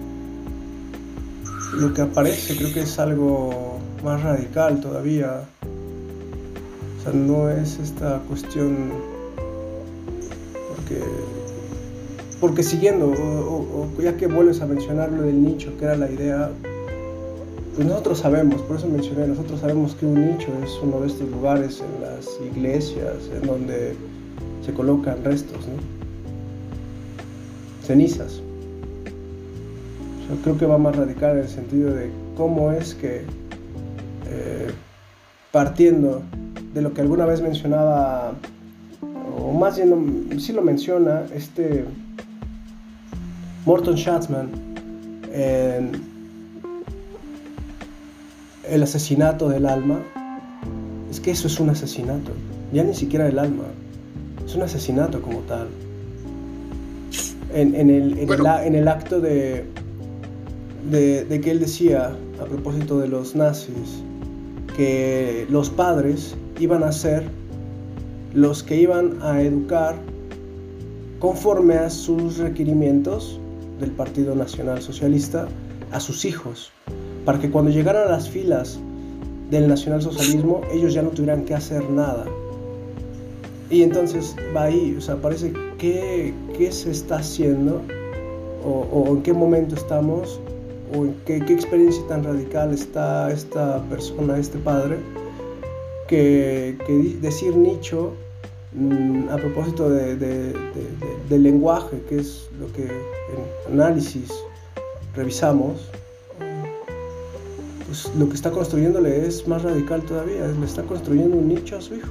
lo que aparece creo que es algo más radical todavía. O sea, no es esta cuestión Porque, porque siguiendo, o, o, ya que vuelves a mencionar lo del nicho, que era la idea, pues nosotros sabemos, por eso mencioné, nosotros sabemos que un nicho es uno de estos lugares en las iglesias en donde se colocan restos, ¿no? Cenizas. O sea, creo que va más radical en el sentido de cómo es que, eh, partiendo de lo que alguna vez mencionaba, o más bien lo, sí lo menciona, este Morton Schatzman en El asesinato del alma, es que eso es un asesinato, ya ni siquiera del alma, es un asesinato como tal. En, en, el, en, bueno. el, en el acto de, de, de que él decía, a propósito de los nazis, que los padres iban a ser los que iban a educar conforme a sus requerimientos del Partido Nacional Socialista a sus hijos, para que cuando llegaran a las filas del nacionalsocialismo ellos ya no tuvieran que hacer nada. Y entonces va ahí, o sea, parece que qué se está haciendo, o, o en qué momento estamos, o en qué, qué experiencia tan radical está esta persona, este padre, que, que decir nicho, mmm, a propósito de, de, de, de, del lenguaje, que es lo que en análisis revisamos, pues lo que está construyéndole es más radical todavía, le está construyendo un nicho a su hijo.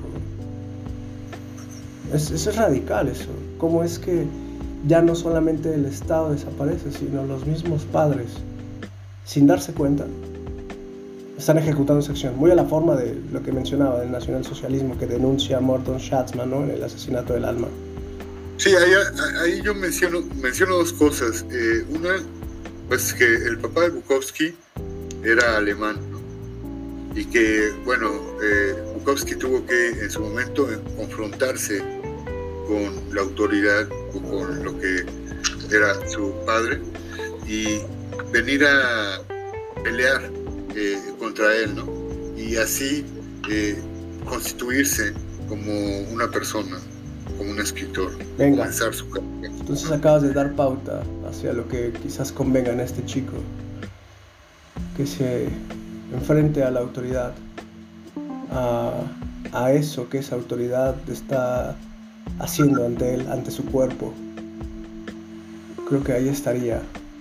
Es, eso es radical, eso. Cómo es que ya no solamente el Estado desaparece, sino los mismos padres, sin darse cuenta, están ejecutando esa acción. Muy a la forma de lo que mencionaba del nacionalsocialismo que denuncia Morton Schatzman, ¿no?, en El asesinato del alma. Sí, ahí, ahí yo menciono, menciono dos cosas. Eh, una, pues que el papá de Bukowski era alemán, ¿no? Y que, bueno, eh, Bukowski tuvo que en su momento confrontarse con la autoridad o con lo que era su padre y venir a pelear eh, contra él, ¿no? Y así eh, constituirse como una persona, como un escritor. Venga, comenzar su carrera. Entonces acabas de dar pauta hacia lo que quizás convenga en este chico, que se enfrente a la autoridad, a, a eso que esa autoridad está haciendo ante él, ante su cuerpo. Creo que ahí estaría.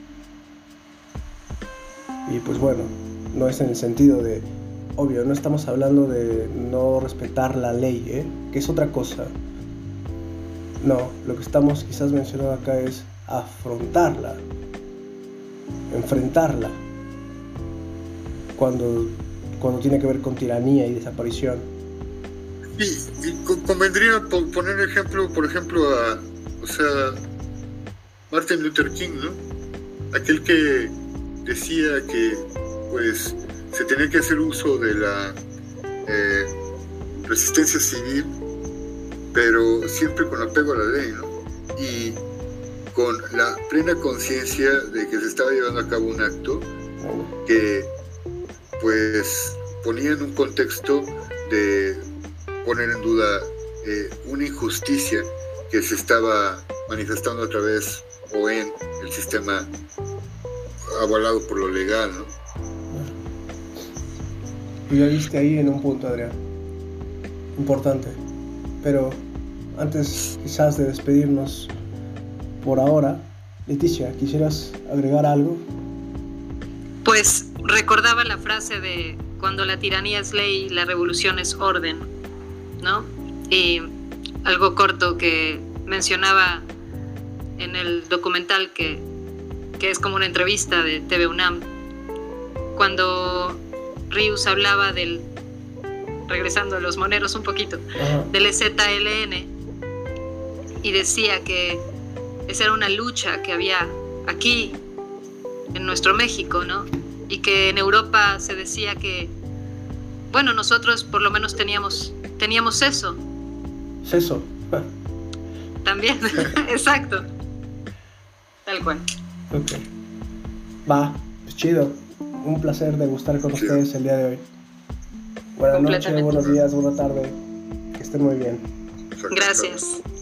Y pues bueno, no es en el sentido de, obvio, no estamos hablando de no respetar la ley, ¿eh? Que es otra cosa. No, lo que estamos quizás mencionando acá es afrontarla, enfrentarla, cuando, cuando tiene que ver con tiranía y desaparición. Y, y convendría poner ejemplo, por ejemplo, a, o sea, Martin Luther King, ¿no? Aquel que decía que, pues, se tenía que hacer uso de la eh, resistencia civil, pero siempre con apego a la ley, ¿no? Y con la plena conciencia de que se estaba llevando a cabo un acto que, pues, ponía en un contexto de poner en duda eh, una injusticia que se estaba manifestando a través o en el sistema avalado por lo legal, ¿no? Tú ya viste ahí en un punto, Adrián, importante. Pero antes quizás de despedirnos por ahora, Leticia, ¿quisieras agregar algo? Pues recordaba la frase de cuando la tiranía es ley, la revolución es orden, ¿no? Y algo corto que mencionaba en el documental que, que es como una entrevista de T V UNAM, cuando Rius hablaba del, regresando a los moneros un poquito, uh-huh. del E Z L N, y decía que esa era una lucha que había aquí en nuestro México, ¿no? Y que en Europa se decía que, bueno, nosotros por lo menos teníamos teníamos eso. Eso. También, exacto. Tal cual. Ok. Va, pues chido. Un placer degustar con ustedes el día de hoy. Buenas noches, buenos días, buena tarde. Que estén muy bien. Gracias.